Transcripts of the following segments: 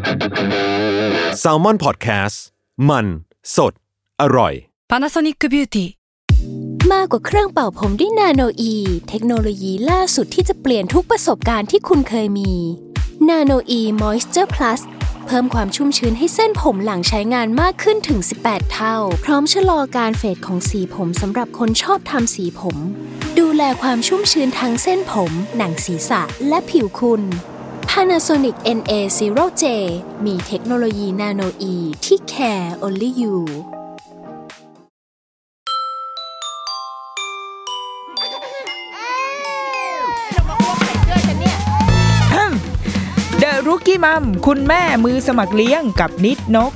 Salmon Podcast มันสดอร่อย Panasonic Beauty มากกว่าเครื่องเป่าผมด้วยนาโนอีเทคโนโลยีล่าสุดที่จะเปลี่ยนทุกประสบการณ์ที่คุณเคยมีนาโนอีมอยส์เจอร์พลัสเพิ่มความชุ่มชื้นให้เส้นผมหลังใช้งานมากขึ้นถึง18เท่าพร้อมชะลอการเฟดของสีผมสำหรับคนชอบทำสีผมดูแลความชุ่มชื้นทั้งเส้นผมหนังศีรษะและผิวคุณ Panasonic NA0J มีเทคโนโลยีนาโนอีที่ care only you The Rookie Mom คุณแม่มือสมัครเลี้ยงกับนิดนก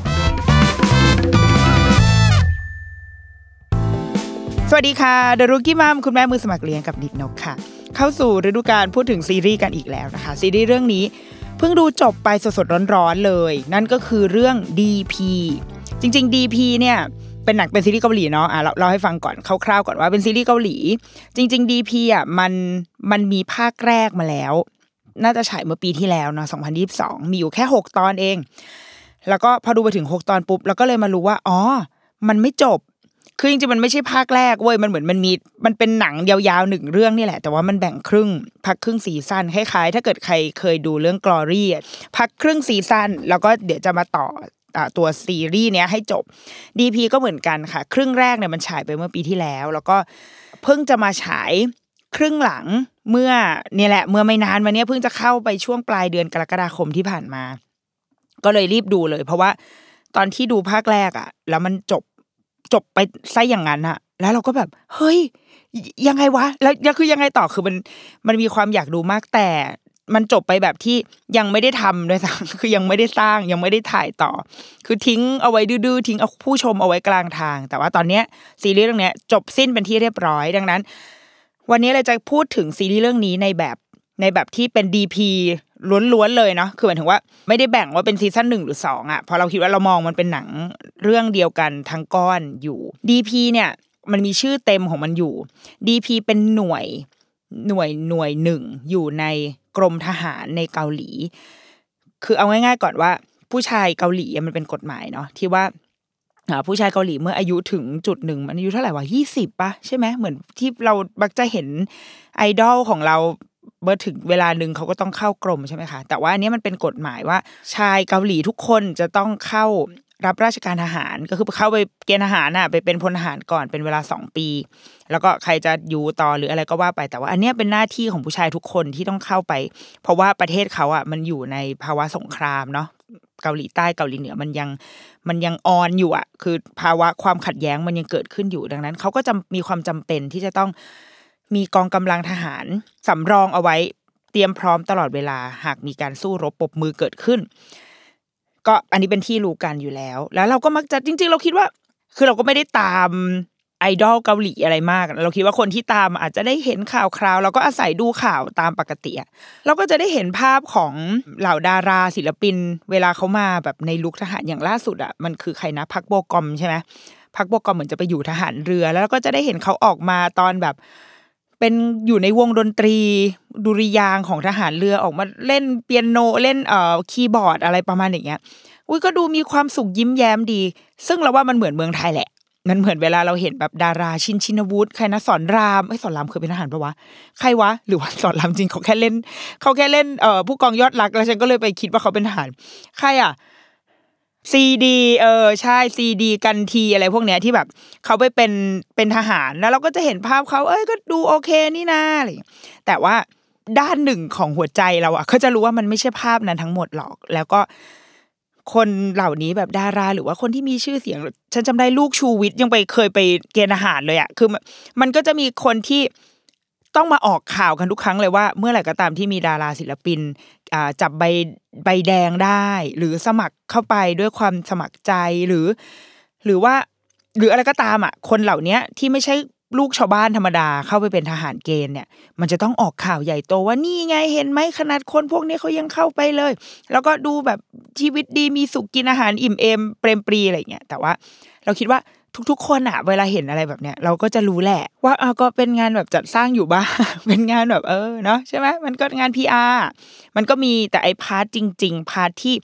สวัสดีค่ะ The Rookie Mom คุณแม่มือสมัครเลี้ยงกับนิดนกค่ะเข้าสู่ฤดูกาลพูดถึงซีรีส์กันอีกแล้วนะคะซีรีส์เรื่องนี้เพิ่งดูจบไปสดๆร้อนๆเลยนั่นก็คือเรื่อง DP จริงๆ DP เนี่ยเป็นซีรีส์เกาหลีเนาะเราให้ฟังก่อนคร่าวๆก่อนว่าเป็นซีรีส์เกาหลีจริงๆ DP อ่ะมันมีภาคแรกมาแล้วน่าจะฉายเมื่อปีที่แล้วเนาะ2022มีอยู่แค่6ตอนเองแล้วก็พอดูไปถึง6ตอนปุ๊บแล้วก็เลยมารู้ว่าอ๋อมันไม่จบคือจริงๆมันไม่ใช่ภาคแรกเว้ยมันเหมือนมันเป็นหนังยาวๆ1เรื่องนี่แหละแต่ว่ามันแบ่งครึ่งพักครึ่งซีซั่นคล้ายๆถ้าเกิดใครเคยดูเรื่อง Glory พักครึ่งซีซั่นแล้วก็เดี๋ยวจะมาต่อตัวซีรีส์เนี้ยให้จบ DP ก็เหมือนกันค่ะครึ่งแรกเนี่ยมันฉายไปเมื่อปีที่แล้วแล้วก็เพิ่งจะมาฉายครึ่งหลังเมื่อไม่นานมาเนี้ยเพิ่งจะเข้าไปช่วงปลายเดือนกรกฎาคมที่ผ่านมาก็เลยรีบดูเลยเพราะว่าตอนที่ดูภาคแรกอ่ะแล้วมันจบไปซะอย่างนั้นอะแล้วเราก็แบบเฮ้ยยังไงวะแล้วคือยังไงต่อคือมันมีความอยากดูมากแต่มันจบไปแบบที่ยังไม่ได้ทำด้วยซ้ำคือยังไม่ได้สร้างยังไม่ได้ถ่ายต่อคือทิ้งเอาไว้ดื้อๆทิ้งเอาผู้ชมเอาไว้กลางทางแต่ว่าตอนเนี้ยซีรีส์เรื่องเนี้ยจบสิ้นเป็นที่เรียบร้อยดังนั้นวันนี้เราจะพูดถึงซีรีส์เรื่องนี้ในแบบที่เป็น DP ล้วนๆเลยเนาะคือหมายถึงว่าไม่ได้แบ่งว่าเป็นซีซั่น1หรือ2อ่ะเพราะเราคิดว่าเรามองมันเป็นหนังเรื่องเดียวกันทั้งก้อนอยู่ DP เนี่ยมันมีชื่อเต็มของมันอยู่ DP เป็นหน่วยหนึ่งอยู่ในกรมทหารในเกาหลีคือเอาง่ายๆก่อนว่าผู้ชายเกาหลีมันเป็นกฎหมายเนาะที่ว่าผู้ชายเกาหลีเมื่ออายุถึงจุดหนึ่งมันอายุเท่าไหร่วะ20ป่ะใช่ไหมเหมือนที่เรามักจะเห็นไอดอลของเราเมื่อถึงเวลานึงเขาก็ต้องเข้ากรมใช่ไหมคะแต่ว่าอันนี้มันเป็นกฎหมายว่าชายเกาหลีทุกคนจะต้องเข้ารับราชการทหารก็คือเข้าไปเกณฑ์ทหารน่ะไปเป็นพลทหารก่อนเป็นเวลา2ปีแล้วก็ใครจะอยู่ต่อหรืออะไรก็ว่าไปแต่ว่าอันนี้เป็นหน้าที่ของผู้ชายทุกคนที่ต้องเข้าไปเพราะว่าประเทศเขาอ่ะมันอยู่ในภาวะสงครามเนาะเกาหลีใต้เกาหลีเหนือมันยังออนอยู่อ่ะคือภาวะความขัดแย้งมันยังเกิดขึ้นอยู่ดังนั้นเขาก็จะมีความจำเป็นที่จะต้องมีกองกำลังทหารสำรองเอาไว้เตรียมพร้อมตลอดเวลาหากมีการสู้รบปรบมือเกิดขึ้นก็อันนี้เป็นที่รู้กันอยู่แล้วเราก็มักจะจริงๆเราคิดว่าคือเราก็ไม่ได้ตามไอดอลเกาหลีอะไรมากเราคิดว่าคนที่ตามอาจจะได้เห็นข่าวคราวเราก็อาศัยดูข่าวตามปกติเราก็จะได้เห็นภาพของเหล่าดาราศิลปินเวลาเขามาแบบในลุคทหารอย่างล่าสุดมันคือใครนะพักโบกอมใช่ไหมพักโบกอมเหมือนจะไปอยู่ทหารเรือแล้วก็จะได้เห็นเขาออกมาตอนแบบเป็นอยู่ในวงดนตรีดุริยางค์ของทหารเรือออกมาเล่นเปียโนเล่นคีย์บอร์ดอะไรประมาณอย่างเงี้ยก็ดูมีความสุขยิ้มแย้มดีซึ่งเราว่ามันเหมือนเมืองไทยแหละมันเหมือนเวลาเราเห็นแบบดาราชินวุฒิใครนะสอนรามสอนรามเคยเป็นทหารปะวะใครวะหรือว่าสอนรามจริงเขาแค่เล่นผู้กองยอดรักแล้วฉันก็เลยไปคิดว่าเขาเป็นทหารใครอ่ะซีดีใช่ซีดีกันทีอะไรพวกเนี้ยที่แบบเขาไปเป็นทหารแล้วเราก็จะเห็นภาพเขาก็ดูโอเคนี่นะอะไรแต่ว่าด้านหนึ่งของหัวใจเราก็จะรู้ว่ามันไม่ใช่ภาพนั้นทั้งหมดหรอกแล้วก็คนเหล่านี้แบบดาราหรือว่าคนที่มีชื่อเสียงฉันจำได้ลูกชูวิทย์ยังเคยไปเกณฑ์ทหารเลยคือมันก็จะมีคนที่ต้องมาออกข่าวกันทุกครั้งเลยว่าเมื่อไหร่ก็ตามที่มีดาราศิลปินจับใบแดงได้หรือสมัครเข้าไปด้วยความสมัครใจหรือว่าหรืออะไรก็ตามคนเหล่านี้ที่ไม่ใช่ลูกชาวบ้านธรรมดาเข้าไปเป็นทหารเกณฑ์เนี่ยมันจะต้องออกข่าวใหญ่โตว่านี่ไงเห็นไหมขนาดคนพวกนี้เขายังเข้าไปเลยแล้วก็ดูแบบชีวิตดีมีสุขกินอาหารอิ่มเอมเปรมปรีอะไรอย่างเงี้ยแต่ว่าเราคิดว่าทุกๆคนเวลาเห็นอะไรแบบเนี้ยเราก็จะรู้แหละว่าก็เป็นงานแบบจัดสร้างอยู่บ้าง เป็นงานแบบเนาะใช่ไหมมันก็งาน PR มันก็มีแต่ไอ้พาร์ทจริงๆพาร์ทที่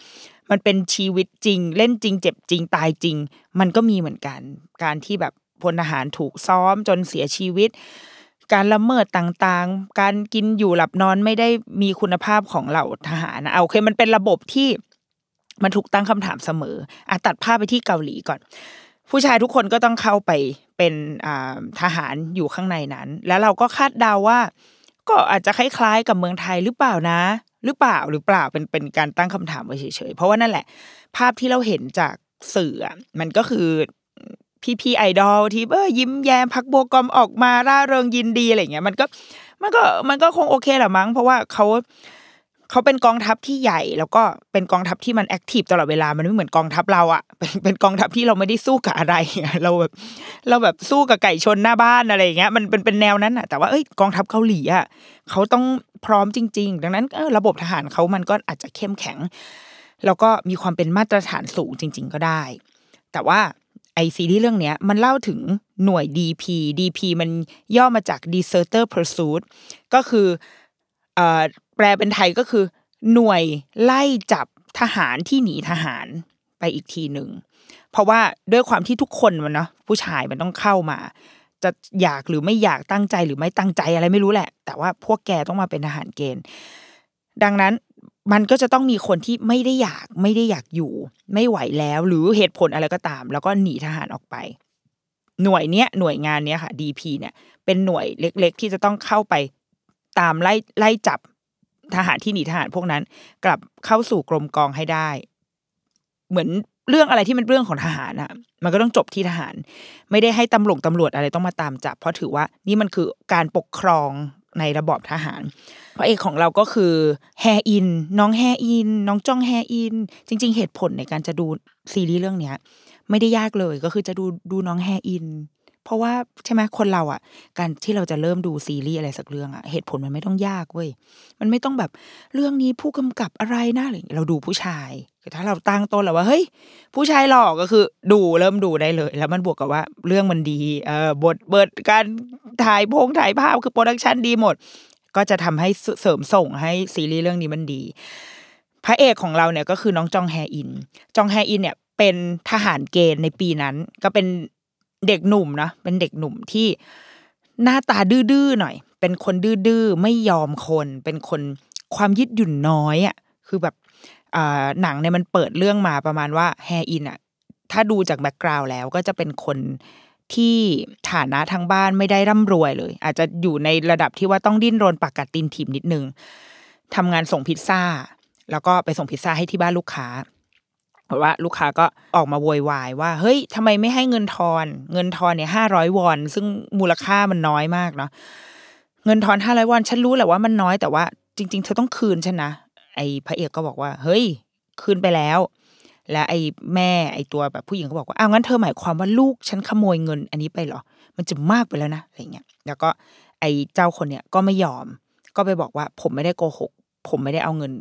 มันเป็นชีวิตจริงเล่นจริงเจ็บจริงตายจริงมันก็มีเหมือนกันการที่แบบพลทหารถูกซ้อมจนเสียชีวิตการละเมิดต่างๆการกินอยู่หลับนอนไม่ได้มีคุณภาพของเหล่าทหารนะโอเคมันเป็นระบบที่มันถูกตั้งคำถามเสมอตัดภาพไปที่เกาหลีก่อนผู้ชายทุกคนก็ต้องเข้าไปเป็นทหารอยู่ข้างในนั้นแล้วเราก็คาดเดาว่าก็อาจจะคล้ายๆกับเมืองไทยหรือเปล่านะหรือเปล่าเป็นการตั้งคำถามไว้เฉยๆเพราะว่านั่นแหละภาพที่เราเห็นจากสื่อมันก็คือพี่ไอดอลที่ยิ้มแย้มพักโบกอมออกมาร่าเริงยินดีอะไรเงี้ยมันก็คงโอเคแหละมั้งเพราะว่าเขาเป็นกองทัพที่ใหญ่แล้วก็เป็นกองทัพที่มันแอคทีฟตลอดเวลามันไม่เหมือนกองทัพเราอ่ะเป็นกองทัพที่เราไม่ได้สู้กับอะไรเราแบบสู้กับไก่ชนหน้าบ้านอะไรอย่างเงี้ยมันเป็นแนวนั้นอ่ะแต่ว่ากองทัพเกาหลีอ่ะเขาต้องพร้อมจริงๆดังนั้นระบบทหารเขามันก็อาจจะเข้มแข็งแล้วก็มีความเป็นมาตรฐานสูงจริงๆก็ได้แต่ว่าไอซีรีส์เรื่องเนี้ยมันเล่าถึงหน่วย DP มันย่อมาจาก Deserter Pursuit ก็คือแปลเป็นไทยก็คือหน่วยไล่จับทหารที่หนีทหารไปอีกทีหนึ่งเพราะว่าด้วยความที่ทุกคนมันเนาะผู้ชายมันต้องเข้ามาจะอยากหรือไม่อยากตั้งใจหรือไม่ตั้งใจอะไรไม่รู้แหละแต่ว่าพวกแกต้องมาเป็นทหารเกณฑ์ดังนั้นมันก็จะต้องมีคนที่ไม่ได้อยากอยู่ไม่ไหวแล้วหรือเหตุผลอะไรก็ตามแล้วก็หนีทหารออกไปหน่วยงานเนี้ยค่ะ DP เนี่ยเป็นหน่วยเล็กๆที่จะต้องเข้าไปตามไล่จับทหารที่หนีทหารพวกนั้นกลับเข้าสู่กรมกองให้ได้เหมือนเรื่องอะไรที่เป็นเรื่องของทหารอ่ะมันก็ต้องจบที่ทหารไม่ได้ให้ตำรวจอะไรต้องมาตามจับเพราะถือว่านี่มันคือการปกครองในระบอบทหารพระเอกของเราก็คือแฮอินน้องแฮอินน้องจ้องแฮอินจริงๆเหตุผลในการจะดูซีรีส์เรื่องนี้ไม่ได้ยากเลยก็คือจะดูน้องแฮอินเพราะว่าใช่ไหมคนเราอ่ะการที่เราจะเริ่มดูซีรีส์อะไรสักเรื่องอ่ะเหตุผลมันไม่ต้องยากเว้ยมันไม่ต้องแบบเรื่องนี้ผู้กำกับอะไรนะอะไรเราดูผู้ชายถ้าเราตั้งต้นแล้วว่าเฮ้ยผู้ชายหล่อก็คือเริ่มดูได้เลยแล้วมันบวกกับว่าเรื่องมันดีบทการถ่ายภาพคือโปรดักชันดีหมดก็จะทำให้เสริมส่งให้ซีรีส์เรื่องนี้มันดีพระเอกของเราเนี่ยก็คือน้องจองแฮอินเนี่ยเป็นทหารเกณฑ์ในปีนั้นก็เป็นเด็กหนุ่มนะเป็นเด็กหนุ่มที่หน้าตาดื้อๆหน่อยเป็นคนดื้อๆไม่ยอมคนเป็นคนความยืดหยุ่นน้อยอ่ะคือแบบหนังเนี่ยมันเปิดเรื่องมาประมาณว่าแฮอินอ่ะถ้าดูจากแบ็คกราวด์แล้วก็จะเป็นคนที่ฐานะทางบ้านไม่ได้ร่ำรวยเลยอาจจะอยู่ในระดับที่ว่าต้องดิ้นรนปากกัดตีนถีบนิดนึงทำงานส่งพิซซ่าแล้วก็ไปส่งพิซซ่าให้ที่บ้านลูกค้าเพราะว่าลูกค้าก็ออกมาโวยวายว่าเฮ้ยทำไมไม่ให้เงินทอนเนี่ย500 วอนซึ่งมูลค่ามันน้อยมากเนาะเงินทอน500 วอนฉันรู้แหละว่ามันน้อยแต่ว่าจริงๆเธอต้องคืนฉันนะไอ้พระเอกก็บอกว่าเฮ้ยคืนไปแล้วและไอ้แม่ไอ้ตัวแบบผู้หญิงก็บอกว่าอ้าวงั้นเธอหมายความว่าลูกฉันขโมยเงินอันนี้ไปเหรอมันจะมากไปแล้วนะอะไรเงี้ยแล้วก็ไอ้เจ้าคนเนี้ยก็ไม่ยอมก็ไปบอกว่าผมไม่ได้โกหกผมไม่ได้เอาเงิน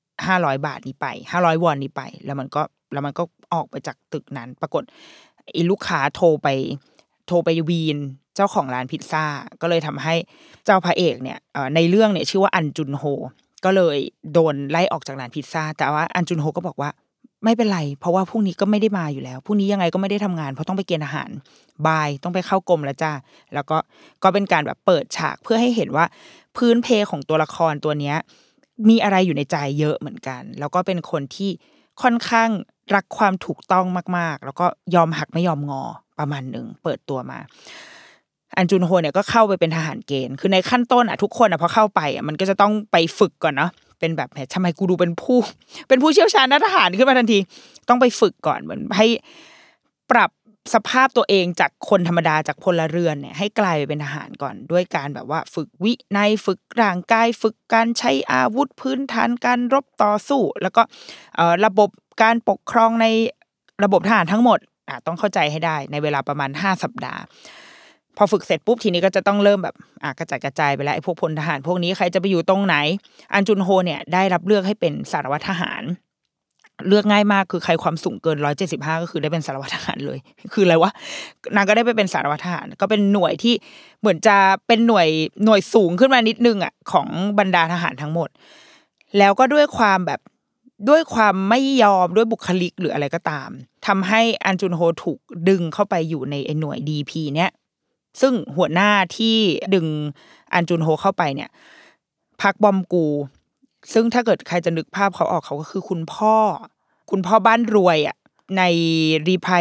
500 บาทนี้ไป500 วอนนี้ไปแล้วมันก็ออกไปจากตึกนั้นปรากฏไอ้ลูกค้าโทรไปวีนเจ้าของร้านพิซซ่าก็เลยทำให้เจ้าพระเอกเนี่ยในเรื่องเนี่ยชื่อว่าอันจุนโฮก็เลยโดนไล่ออกจากร้านพิซซ่าแต่ว่าอันจุนโฮก็บอกว่าไม่เป็นไรเพราะว่าพรุ่งนี้ก็ไม่ได้มาอยู่แล้วพรุ่งนี้ยังไงก็ไม่ได้ทำงานเพราะต้องไปเกณฑ์อาหารบายต้องไปเข้ากรมแล้วจ้าแล้วก็เป็นการแบบเปิดฉากเพื่อให้เห็นว่าพื้นเพของตัวละครตัวเนี้ยมีอะไรอยู่ในใจเยอะเหมือนกันแล้วก็เป็นคนที่ค่อนข้างรักความถูกต้องมากๆแล้วก็ยอมหักไม่ยอมงอประมาณนึงเปิดตัวมาอันจุนโฮเนี่ยก็เข้าไปเป็นทหารเกณฑ์คือในขั้นต้นทุกคนพอเข้าไปมันก็จะต้องไปฝึกก่อนเนาะเป็นแบบทำไมกูดูเป็นผู้เชี่ยวชาญด้านทหารขึ้นมาทันทีต้องไปฝึกก่อนเหมือนให้ปรับสภาพตัวเองจากคนธรรมดาจากพลเรือนเนี่ยให้กลายไปเป็นทหารก่อนด้วยการแบบว่าฝึกวินัยฝึกร่างกายฝึกการใช้อาวุธพื้นฐานการรบต่อสู้แล้วก็ระบบการปกครองในระบบทหารทั้งหมดต้องเข้าใจให้ได้ในเวลาประมาณ5 สัปดาห์พอฝึกเสร็จปุ๊บทีนี้ก็จะต้องเริ่มแบบกระจายไปแล้วไอ้พวกพลทหารพวกนี้ใครจะไปอยู่ตรงไหนอันจุนโฮเนี่ยได้รับเลือกให้เป็นสารวัตรทหารเลือกง่ายมากคือใครความสูงเกิน175ก็คือได้เป็นสารวัตรทหารเลยคืออะไรวะนางก็ได้ไปเป็นสารวัตรทหารก็เป็นหน่วยที่เหมือนจะเป็นหน่วยสูงขึ้นมานิดนึงของบรรดาทหารทั้งหมดแล้วก็ด้วยความแบบด้วยความไม่ยอมด้วยบุคลิกหรืออะไรก็ตามทำให้อันจุนโฮถูกดึงเข้าไปอยู่ในหน่วย DP เนี่ยซึ่งหัวหน้าที่ดึงอันจุนโฮเข้าไปเนี่ยพักบอมกูซึ่งถ้าเกิดใครจะนึกภาพเขาออกเขาก็คือคุณพ่อบ้านรวยอ่ะในรีพลาย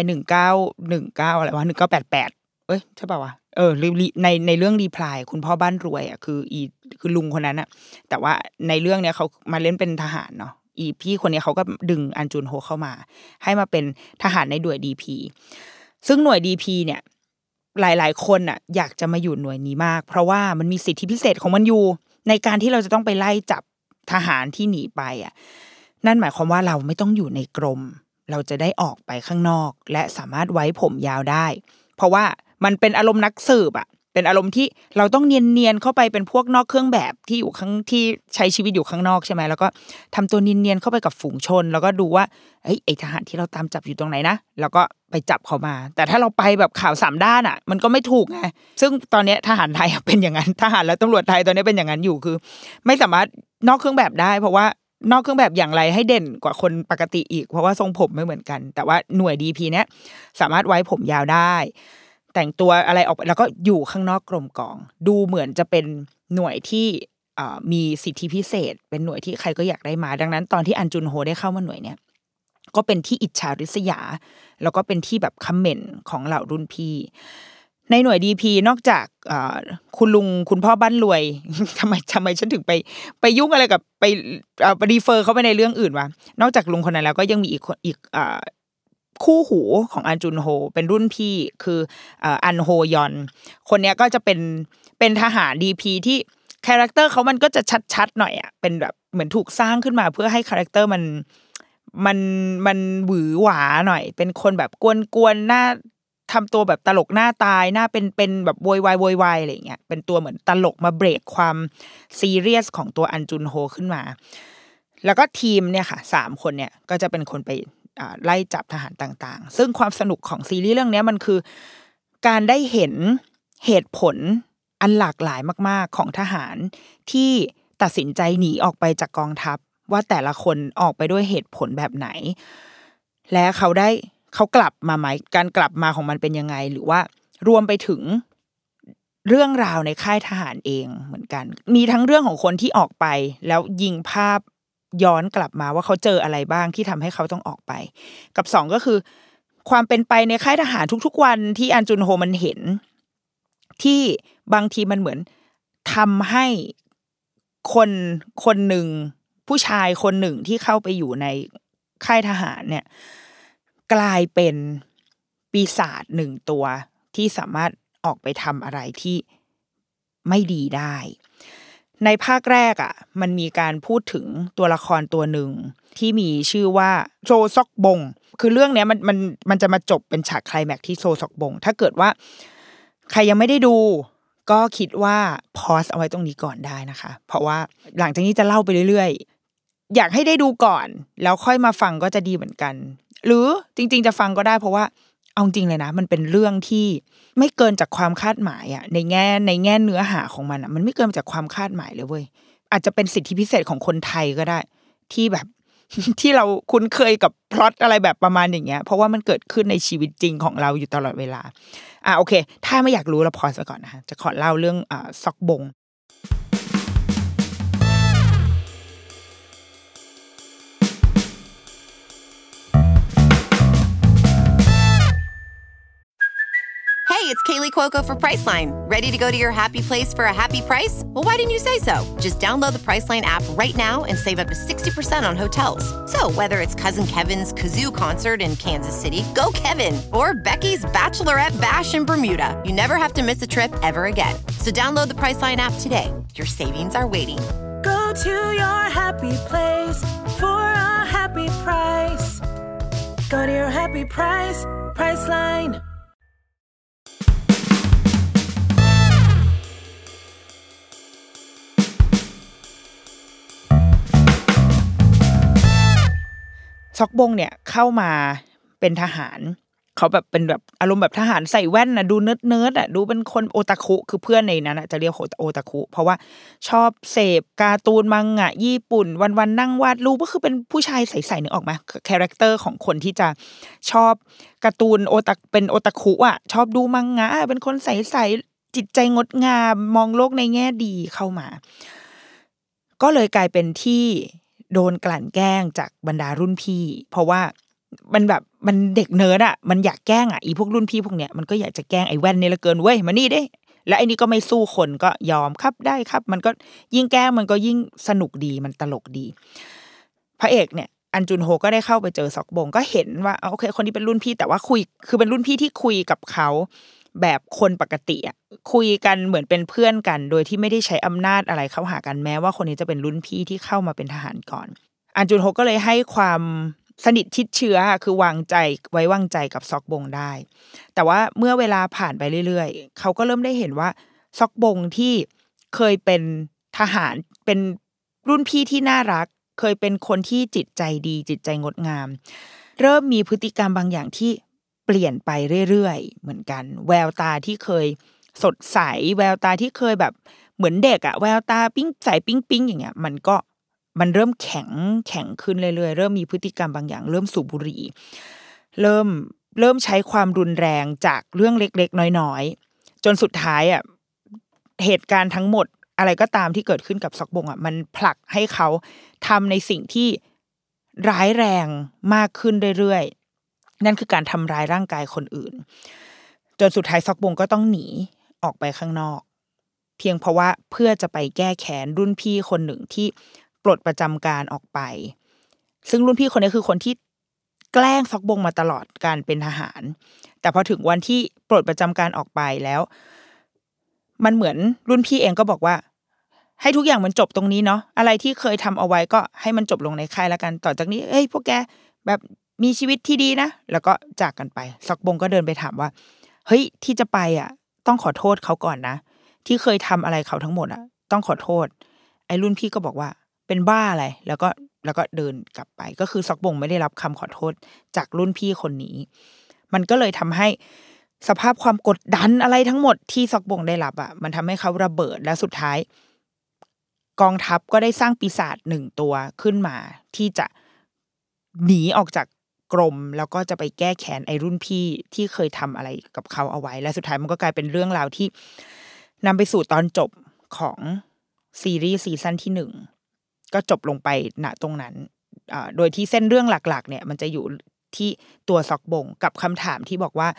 1919อะไรวะ1988ใช่ป่าววะในเรื่องรีพลายคุณพ่อบ้านรวยอ่ะคือลุงคนนั้นอ่ะแต่ว่าในเรื่องเนี้ยเขามาเล่นเป็นทหารเนาะพี่คนนี้เขาก็ดึงอันจุนโฮเข้ามาให้มาเป็นทหารในหน่วย DP ซึ่งหน่วย DP เนี่ยหลายๆคนอ่ะอยากจะมาอยู่หน่วยนี้มากเพราะว่ามันมีสิทธิพิเศษของมันอยู่ในการที่เราจะต้องไปไล่จับทหารที่หนีไปอ่ะนั่นหมายความว่าเราไม่ต้องอยู่ในกรมเราจะได้ออกไปข้างนอกและสามารถไว้ผมยาวได้เพราะว่ามันเป็นอารมณ์นักสืบอ่ะเป็นอารมณ์ที่เราต้องเนียนๆเข้าไปเป็นพวกนอกเครื่องแบบที่อยู่ข้างที่ใช้ชีวิตอยู่ข้างนอกใช่ไหมแล้วก็ทำตัวเนียนๆเข้าไปกับฝูงชนแล้วก็ดูว่าไอ้ทหารที่เราตามจับอยู่ตรงไหนนะแล้วก็ไปจับเขามาแต่ถ้าเราไปแบบข่าว3ด้านอ่ะมันก็ไม่ถูกไงซึ่งตอนนี้ทหารไทยเป็นอย่างนั้นทหารและตำรวจไทยตอนนี้เป็นอย่างนั้นอยู่คือไม่สามารถนอกเครื่องแบบได้เพราะว่านอกเครื่องแบบอย่างไรให้เด่นกว่าคนปกติอีกเพราะว่าทรงผมไม่เหมือนกันแต่ว่าหน่วย DP เนี้ยสามารถไว้ผมยาวได้แต่งตัวอะไรออกไปแล้วก็อยู่ข้างนอกกรมกองดูเหมือนจะเป็นหน่วยที่มีสิทธิพิเศษเป็นหน่วยที่ใครก็อยากได้มาดังนั้นตอนที่อันจุนโฮได้เข้ามาหน่วยเนี้ยก็เป็นที่อิจฉาริษยาแล้วก็เป็นที่แบบคอมเมนต์ของเหล่ารุ่นพี่ในหน่วย DP นอกจากคุณพ่อบ้านรวย ทำไมฉันถึงไปยุ่งอะไรกับไปรีเฟอร์เขาไปในเรื่องอื่นวะนอกจากลุงคนนั้นแล้วก็ยังมีอีกคู่หูของอันจุนโฮเป็นรุ่นพี่คืออันโฮยอนคนนี้ก็จะเป็นทหาร DP ที่คาแรคเตอร์เขามันก็จะชัดๆหน่อยอ่ะเป็นแบบเหมือนถูกสร้างขึ้นมาเพื่อให้คาแรคเตอร์มันหวือหวาหน่อยเป็นคนแบบกวนๆหน้าทำตัวแบบตลกหน้าตายหน้าเป็นแบบโวยวายอะไรอย่างเงี้ยเป็นตัวเหมือนตลกมาเบรกความซีเรียสของตัวอันจุนโฮขึ้นมาแล้วก็ทีมเนี่ยค่ะ3คนเนี่ยก็จะเป็นคนไปไล่จับทหารต่างๆซึ่งความสนุกของซีรีส์เรื่องนี้มันคือการได้เห็นเหตุผลอันหลากหลายมากๆของทหารที่ตัดสินใจหนีออกไปจากกองทัพว่าแต่ละคนออกไปด้วยเหตุผลแบบไหนและเขากลับมาไหมการกลับมาของมันเป็นยังไงหรือว่ารวมไปถึงเรื่องราวในค่ายทหารเองเหมือนกันมีทั้งเรื่องของคนที่ออกไปแล้วยิงภาพย้อนกลับมาว่าเขาเจออะไรบ้างที่ทำให้เขาต้องออกไปกับ2ก็คือความเป็นไปในค่ายทหารทุกๆวันที่อันจุนโฮมันเห็นที่บางทีมันเหมือนทำให้คนหนึ่งผู้ชายคนหนึ่งที่เข้าไปอยู่ในค่ายทหารเนี่ยกลายเป็นปีศาจ1ตัวที่สามารถออกไปทำอะไรที่ไม่ดีได้ในภาคแรกอ่ะมันมีการพูดถึงตัวละครตัวหนึ่งที่มีชื่อว่าโซซอกบงคือเรื่องเนี้ยมันจะมาจบเป็นฉากไคลแม็กซ์ที่โซซอกบงถ้าเกิดว่าใครยังไม่ได้ดูก็คิดว่าพอสเอาไว้ตรงนี้ก่อนได้นะคะเพราะว่าหลังจากนี้จะเล่าไปเรื่อยๆอยากให้ได้ดูก่อนแล้วค่อยมาฟังก็จะดีเหมือนกันหรือจริงๆจะฟังก็ได้เพราะว่าเอาจริงเลยนะมันเป็นเรื่องที่ไม่เกินจากความคาดหมายอ่ะในแง่เนื้อหาของมันอ่ะมันไม่เกินจากความคาดหมายเลยเว้ยอาจจะเป็นสิทธิพิเศษของคนไทยก็ได้ที่แบบ ที่เราคุ้นเคยกับพล็อตอะไรแบบประมาณอย่างเงี้ยเพราะว่ามันเกิดขึ้นในชีวิตจริงของเราอยู่ตลอดเวลาโอเคถ้าไม่อยากรู้เราพอซะก่อนนะคะจะขอเล่าเรื่องซอกบง Hey, it's Kaylee Cuoco for Priceline. Ready to go to your happy place for a happy price? Well, why didn't you say so? Just download the Priceline app right now and save up to 60% on hotels. So whether it's Cousin Kevin's Kazoo Concert in Kansas City, go Kevin, or Becky's Bachelorette Bash in Bermuda, you never have to miss a trip ever again. So download the Priceline app today. Your savings are waiting. Go to your happy place for a happy price. Go to your happy price, Priceline. ซอกบงเนี่ยเข้ามาเป็นทหารเขาแบบเป็นแบบอารมณ์แบบทหารใส่แว่นนะดูเนิร์ดอ่ะดูเป็นคนโอตาคุคือเพื่อนในนั้นจะเรียกโอตาคุเพราะว่าชอบเสพการ์ตูนมังงะญี่ปุ่นวันๆนั่งวาดรูปก็คือเป็นผู้ชายใสๆนึกออกไหมคาแรคเตอร์ของคนที่จะชอบการ์ตูนเป็นโอตาคุอ่ะชอบดูมังงะเป็นคนใสๆจิตใจงดงามมองโลกในแง่ดีเข้ามาก็เลยกลายเป็นที่โดนกลั่นแกล้งจากบรรดารุ่นพี่เพราะว่ามันแบบมันเด็กเนิร์ดอ่ะมันอยากแกล้งอ่ะอีพวกรุ่นพี่พวกเนี้ยมันก็อยากจะแกล้งไอ้แว่นนี่เหลือเกินเว้ยมานี่ดิแล้วไอ้นี่ก็ไม่สู้คนก็ยอมครับได้ครับมันก็ยิ่งแกล้งมันก็ยิ่งสนุกดีมันตลกดีพระเอกเนี่ยอันจุนโฮก็ได้เข้าไปเจอซอกบงก็เห็นว่าโอเคคนนี้เป็นรุ่นพี่แต่ว่าคุยคือเป็นรุ่นพี่ที่คุยกับเขาแบบคนปกติอ่ะคุยกันเหมือนเป็นเพื่อนกันโดยที่ไม่ได้ใช้อำนาจอะไรเข้าหากันแม้ว่าคนนี้จะเป็นรุ่นพี่ที่เข้ามาเป็นทหารก่อนอันจุนโฮก็เลยให้ความสนิทชิดเชื้อคือวางใจกับซอกบงได้แต่ว่าเมื่อเวลาผ่านไปเรื่อยๆเขาก็เริ่มได้เห็นว่าซอกบงที่เคยเป็นทหารเป็นรุ่นพี่ที่น่ารักเคยเป็นคนที่จิตใจดีจิตใจงดงามเริ่มมีพฤติกรรมบางอย่างที่เปลี่ยนไปเรื่อยๆเหมือนกันแววตาที่เคยสดใสแววตาที่เคยแบบเหมือนเด็กอะแววตาปิ๊งใสปิ๊งอย่างเงี้ยมันเริ่มแข็งขึ้นเรื่อยๆเริ่มมีพฤติกรรมบางอย่างเริ่มสูบบุหรี่เริ่มใช้ความรุนแรงจากเรื่องเล็กๆน้อยๆจนสุดท้ายอ่ะเหตุการณ์ทั้งหมดอะไรก็ตามที่เกิดขึ้นกับซอกบงอ่ะมันผลักให้เขาทำในสิ่งที่ร้ายแรงมากขึ้นเรื่อยๆนั่นคือการทำร้ายร่างกายคนอื่นจนสุดท้ายซอกบงก็ต้องหนีออกไปข้างนอกเพียงเพราะว่าเพื่อจะไปแก้แค้นรุ่นพี่คนหนึ่งที่ปลดประจำการออกไปซึ่งรุ่นพี่คนนี้คือคนที่แกล้งซอกบงมาตลอดการเป็นทหารแต่พอถึงวันที่ปลดประจำการออกไปแล้วมันเหมือนรุ่นพี่เองก็บอกว่าให้ทุกอย่างมันจบตรงนี้เนาะอะไรที่เคยทำเอาไว้ก็ให้มันจบลงในค่ายแล้วกันต่อจากนี้พวกแกแบบมีชีวิตที่ดีนะแล้วก็จากกันไปซอกบงก็เดินไปถามว่าเฮ้ยที่จะไปอ่ะต้องขอโทษเขาก่อนนะที่เคยทำอะไรเขาทั้งหมดอ่ะต้องขอโทษไอ้รุ่นพี่ก็บอกว่าเป็นบ้าอะไรแล้วก็เดินกลับไปก็คือซอกบงไม่ได้รับคำขอโทษจากรุ่นพี่คนนี้มันก็เลยทำให้สภาพความกดดันอะไรทั้งหมดที่ซอกบงได้รับอ่ะมันทำให้เขาระเบิดและสุดท้ายกองทัพก็ได้สร้างปีศาจ1ตัวขึ้นมาที่จะหนีออกจากกรมแล้วก็จะไปแก้แค้นไอ้รุ่นพี่ที่เคยทำอะไรกับเขาเอาไว้และสุดท้ายมันก็กลายเป็นเรื่องราวที่นำไปสู่ตอนจบของซีรีส์ซีซั่นที่1ก็จบลงไปณตรงนั้นโดยที่เส้นเรื่องหลักๆเนี่ยมันจะอยู่ที่ตัวซอกบงกับคำถามที่บอกว่า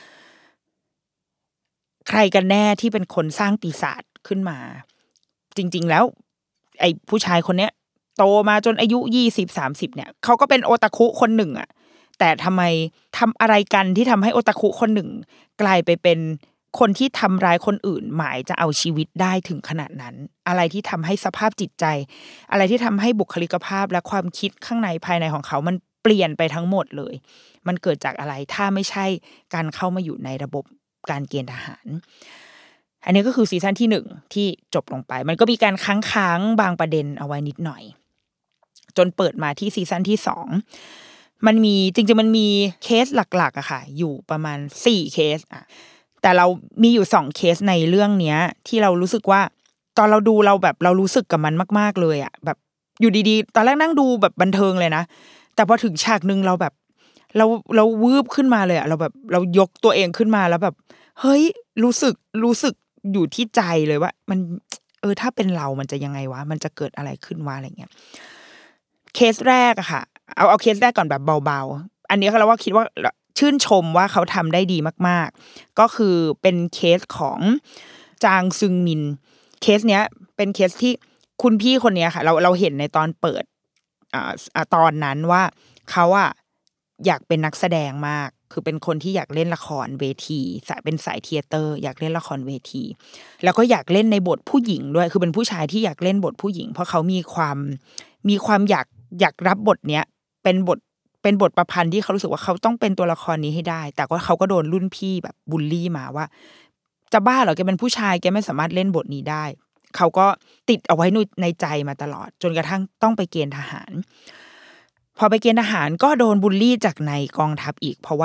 ใครกันแน่ที่เป็นคนสร้างปีศาจขึ้นมาจริงๆแล้วไอ้ผู้ชายคนเนี้ยโตมาจนอายุ20-30เนี่ยเขาก็เป็นโอตาคุคนหนึ่งอะแต่ทำไมทำอะไรกันที่ทำให้โอตาคุคนหนึ่งกลายไปเป็นคนที่ทำร้ายคนอื่นหมายจะเอาชีวิตได้ถึงขนาดนั้นอะไรที่ทำให้สภาพจิตใจอะไรที่ทำให้บุคลิกภาพและความคิดข้างในภายในของเขามันเปลี่ยนไปทั้งหมดเลยมันเกิดจากอะไรถ้าไม่ใช่การเข้ามาอยู่ในระบบการเกณฑ์ทหารอันนี้ก็คือซีซั่นที่1ที่จบลงไปมันก็มีการค้างบางประเด็นเอาไว้นิดหน่อยจนเปิดมาที่ซีซั่นที่2มันมีจริงๆมันมีเคสหลักๆอะค่ะอยู่ประมาณ4เคสอะแต่เรามีอยู่2เคสในเรื่องเนี้ยที่เรารู้สึกว่าตอนเราดูเรารู้สึกกับมันมากๆเลยอะแบบอยู่ดีๆตอนแรกนั่งดูแบบบันเทิงเลยนะแต่พอถึงฉากนึงเราแบบเราวืบขึ้นมาเลยอะเราแบบเรายกตัวเองขึ้นมาแล้วแบบเฮ้ยรู้สึกอยู่ที่ใจเลยว่ามันถ้าเป็นเรามันจะยังไงวะมันจะเกิดอะไรขึ้นวะอะไรเงี้ยเคสแรกอะค่ะเอาเคสแรกก่อนแบบเบาๆอันนี้เราว่าคิดว่าชื่นชมว่าเขาทำได้ดีมากๆก็คือเป็นเคสของจางซึงมินเคสเนี้ยเป็นเคสที่คุณพี่คนนี้ค่ะเราเห็นในตอนเปิดตอนนั้นว่าเขาอะอยากเป็นนักแสดงมากคือเป็นคนที่อยากเล่นละครเวทีเป็นสายเธียเตอร์อยากเล่นละครเวทีแล้วก็อยากเล่นในบทผู้หญิงด้วยคือเป็นผู้ชายที่อยากเล่นบทผู้หญิงเพราะเขามีความอยากรับบทเนี้ยเป็นบทประพันธ์ที่เขารู้สึกว่าเขาต้องเป็นตัวละครนี้ให้ได้แต่ก็เขาก็โดนรุ่นพี่แบบบูลลี่มาว่าจะบ้าเหรอแกเป็นผู้ชายแกไม่สามารถเล่นบทนี้ได้เขาก็ติดเอาไว้ในใจมาตลอดจนกระทั่งต้องไปเกณฑ์ทหารพอไปเกณฑ์ทหารก็โดนบูลลี่จากในกองทัพอีกเพราะว่า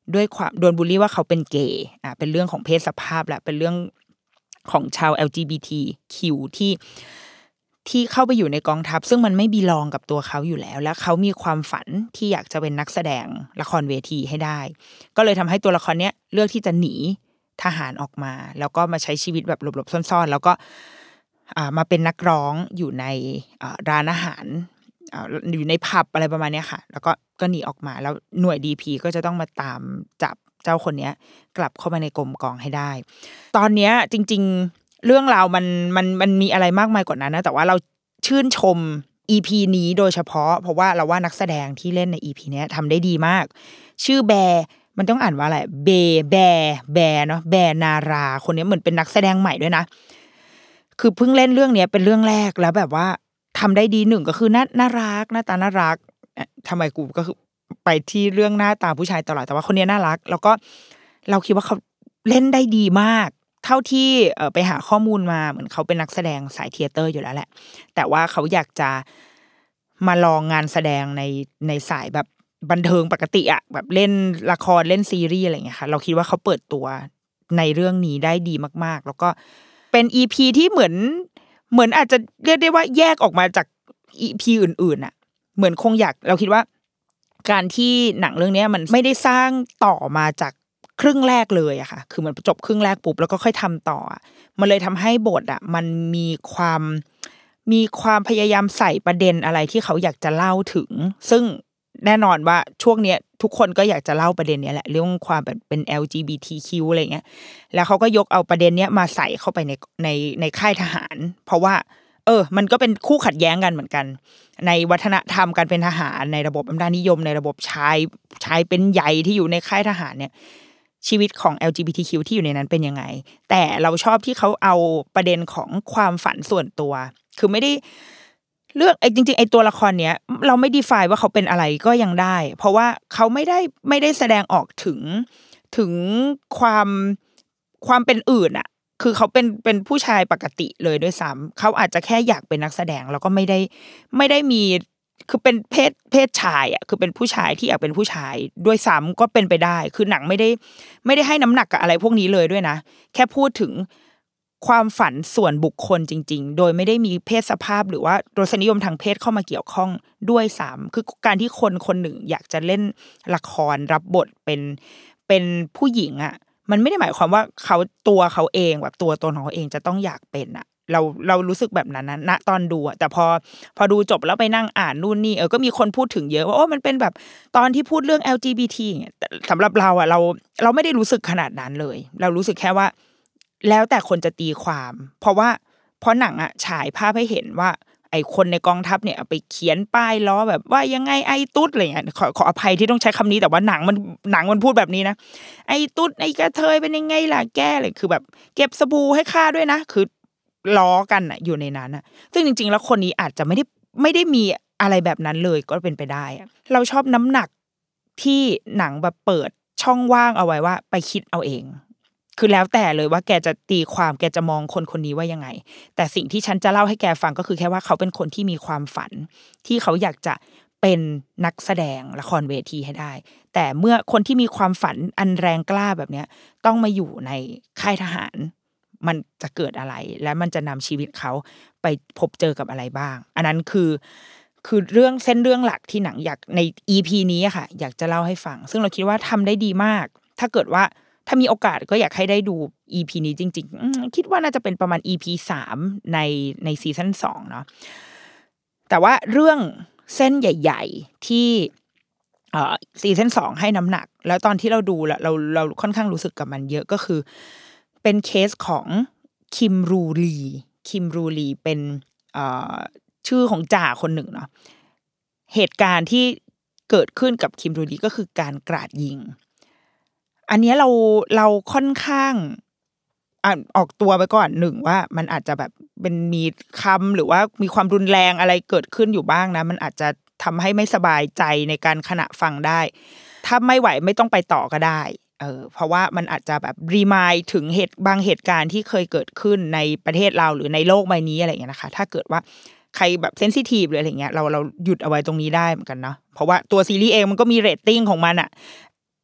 ด้วยความโดนบูลลี่ว่าเขาเป็นเกย์เป็นเรื่องของเพศสภาพแหละเป็นเรื่องของชาว LGBTQ ที่เข้าไปอยู่ในกองทัพซึ่งมันไม่บีลองกับตัวเขาอยู่แล้วและเขามีความฝันที่อยากจะเป็นนักแสดงละครเวทีให้ได้ก็เลยทำให้ตัวละครเนี้ยเลือกที่จะหนีทหารออกมาแล้วก็มาใช้ชีวิตแบบหลบๆซ่อนๆแล้วก็มาเป็นนักร้องอยู่ในร้านอาหารอยู่ในผับอะไรประมาณนี้ค่ะแล้วก็หนีออกมาแล้วหน่วย DP ก็จะต้องมาตามจับเจ้าคนนี้กลับเข้ามาในกรมกองให้ได้ตอนนี้จริงๆเรื่องราวมันมีอะไรมากมายกว่านั้นนะแต่ว่าเราชื่นชม EP นี้โดยเฉพาะเพราะว่าเราว่านักแสดงที่เล่นใน EP นี้ทำได้ดีมากชื่อแบร์มันต้องอ่านว่าอะไรแบร์เนาะแบร์นาราคนนี้เหมือนเป็นนักแสดงใหม่ด้วยนะคือเพิ่งเล่นเรื่องนี้เป็นเรื่องแรกแล้วแบบว่าทำได้ดีหนึ่งก็คือน่ารักหน้าตาน่ารักทำไมกูก็คือไปที่เรื่องหน้าตาผู้ชายตลอดแต่ว่าคนนี้น่ารักแล้วก็เราคิดว่าเขาเล่นได้ดีมากเท่าที่ไปหาข้อมูลมาเหมือนเขาเป็นนักแสดงสายเธียเตอร์อยู่แล้วแหละแต่ว่าเขาอยากจะมาลองงานแสดงในสายแบบบันเทิงปกติอะแบบเล่นละครเล่นซีรีส์อะไรอย่างเงี้ยค่ะเราคิดว่าเขาเปิดตัวในเรื่องนี้ได้ดีมากๆแล้วก็เป็น EP ที่เหมือนอาจจะเรียกได้ว่าแยกออกมาจาก EP อื่นๆน่ะเหมือนคงอยากเราคิดว่าการที่หนังเรื่องนี้มันไม่ได้สร้างต่อมาจากครึ่งแรกเลยอะค่ะคือมันจบครึ่งแรกปุ๊บแล้วก็ค่อยทำต่อมันเลยทำให้บทอะมันมีความพยายามใส่ประเด็นอะไรที่เขาอยากจะเล่าถึงซึ่งแน่นอนว่าช่วงนี้ทุกคนก็อยากจะเล่าประเด็นนี้แหละเรื่องความเป็น LGBTQ อะไรเงี้ยแล้วเขาก็ยกเอาประเด็นนี้มาใส่เข้าไปในค่ายทหารเพราะว่ามันก็เป็นคู่ขัดแย้งกันเหมือนกันในวัฒนธรรมการเป็นทหารในระบบอำนาจนิยมในระบบชายเป็นใหญ่ที่อยู่ในค่ายทหารเนี่ยชีวิตของ LGBTQ ที่อยู่ในนั้นเป็นยังไงแต่เราชอบที่เขาเอาประเด็นของความฝันส่วนตัวคือไม่ได้เลือกจริงๆไอ้ตัวละครเนี้ยเราไม่ดีไฟน์ว่าเขาเป็นอะไรก็ยังได้เพราะว่าเขาไม่ได้แสดงออกถึงความเป็นอื่นอะคือเขาเป็นผู้ชายปกติเลยด้วยซ้ำเขาอาจจะแค่อยากเป็นนักแสดงแล้วก็ไม่ได้มีคือเป็นเพศชายอ่ะคือเป็นผู้ชายที่อยากเป็นผู้ชายด้วยซ้ำก็เป็นไปได้คือหนังไม่ได้ให้น้ำหนักกับอะไรพวกนี้เลยด้วยนะแค่พูดถึงความฝันส่วนบุคคลจริงๆโดยไม่ได้มีเพศสภาพหรือว่ารสนิยมทางเพศเข้ามาเกี่ยวข้องด้วยซ้ำคือการที่คนหนึ่งอยากจะเล่นละครรับบทเป็นผู้หญิงอ่ะมันไม่ได้หมายความว่าตัวเขาเองแบบตัวตนของเขาเองจะต้องอยากเป็นอ่ะเรารู้สึกแบบนั้นนะณตอนดูอ่ะแต่พอดูจบแล้วไปนั่งอ่านนู่นนี่ก็มีคนพูดถึงเยอะว่าโอ้มันเป็นแบบตอนที่พูดเรื่อง LGBT เนี่ยสำหรับเราอ่ะเราไม่ได้รู้สึกขนาดนั้นเลยเรารู้สึกแค่ว่าแล้วแต่คนจะตีความเพราะหนังอ่ะฉายภาพให้เห็นว่าไอ้คนในกองทัพเนี่ยเอาไปเขียนป้ายล้อแบบว่ายังไงไอ้ตุ๊ดอะไรเงี้ยขออภัยที่ต้องใช้คำนี้แต่ว่าหนังมันพูดแบบนี้นะไอ้ตุ๊ดไอ้กระเทยเป็นยังไงล่ะแก้เลยคือแบบเก็บสบู่ให้ข้าด้วยนะคือล้อกันน่ะอยู่ในนั้นน่ะซึ่งจริงๆแล้วคนนี้อาจจะไม่ได้มีอะไรแบบนั้นเลยก็เป็นไปได้เราชอบน้ำหนักที่หนังแบบเปิดช่องว่างเอาไว้ว่าไปคิดเอาเองคือแล้วแต่เลยว่าแกจะตีความแกจะมองคนนี้ว่ายังไงแต่สิ่งที่ฉันจะเล่าให้แกฟังก็คือแค่ว่าเขาเป็นคนที่มีความฝันที่เขาอยากจะเป็นนักแสดงละครเวทีให้ได้แต่เมื่อคนที่มีความฝันอันแรงกล้าแบบเนี้ยต้องมาอยู่ในค่ายทหารมันจะเกิดอะไรและมันจะนำชีวิตเขาไปพบเจอกับอะไรบ้างอันนั้นคือเรื่องเส้นเรื่องหลักที่หนังอยากใน EP นี้ค่ะอยากจะเล่าให้ฟังซึ่งเราคิดว่าทำได้ดีมากถ้าเกิดว่าถ้ามีโอกาสก็อยากให้ได้ดู EP นี้จริงๆคิดว่าน่าจะเป็นประมาณ EP 3ในซีซั่น2เนาะแต่ว่าเรื่องเส้นใหญ่ๆที่ซีซั่น2ให้น้ำหนักแล้วตอนที่เราดูแล้วเราค่อนข้างรู้สึกกับมันเยอะก็คือเป็นเคสของคิมรูลีเป็นชื่อของจ่าคนหนึ่งเนาะเหตุการณ์ที่เกิดขึ้นกับคิมรูลีก็คือการกราดยิงอันนี้เราค่อนข้างออกตัวไปก่อนหนึ่งว่ามันอาจจะแบบเป็นมีคำหรือว่ามีความรุนแรงอะไรเกิดขึ้นอยู่บ้างนะมันอาจจะทำให้ไม่สบายใจในการขณะฟังได้ถ้าไม่ไหวไม่ต้องไปต่อก็ได้เพราะว่ามันอาจจะแบบรีมายถึงบางเหตุการณ์ที่เคยเกิดขึ้นในประเทศเราหรือในโลกใบนี้อะไรอย่างเงี้ยนะคะถ้าเกิดว่าใครแบบเซนซิทีฟหรืออะไรเงี้ยเราหยุดเอาไว้ตรงนี้ได้เหมือนกันเนาะเพราะว่าตัวซีรีส์เองมันก็มีเรตติ้งของมันอะ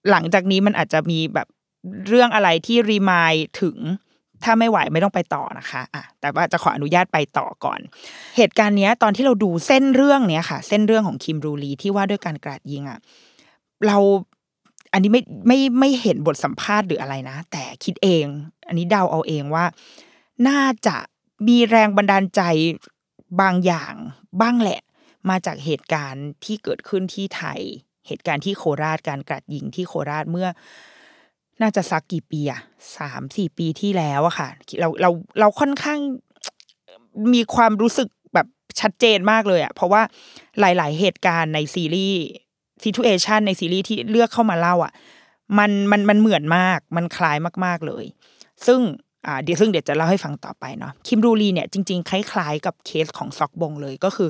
หลังจากนี้มันอาจจะมีแบบเรื่องอะไรที่รีมายถึงถ้าไม่ไหวไม่ต้องไปต่อนะคะแต่ว่าจะขออนุญาตไปต่อก่อนเหตุการณ์นี้ตอนที่เราดูเส้นเรื่องเนี้ยค่ะเส้นเรื่องของคิมรูลีที่ว่าด้วยการกราดยิงเราอันนี้ไม่เห็นบทสัมภาษณ์หรืออะไรนะแต่คิดเองอันนี้เดาเอาเองว่าน่าจะมีแรงบันดาลใจบางอย่างบ้างแหละมาจากเหตุการณ์ที่เกิดขึ้นที่ไทยเหตุการณ์ที่โคราชการกราดยิงที่โคราชเมื่อน่าจะสักกี่ปี3-4 ปีที่แล้วอะค่ะเราค่อนข้างมีความรู้สึกแบบชัดเจนมากเลยเพราะว่าหลายๆเหตุการณ์ในซีรีส์situation ในซีรีส์ที่เลือกเข้ามาเล่ามันเหมือนมากมันคล้ายมากๆเลยซึ่งเดี๋ยวจะเล่าให้ฟังต่อไปเนาะคิมรูลีเนี่ยจริงๆคล้ายๆกับเคสของซอกบงเลยก็คือ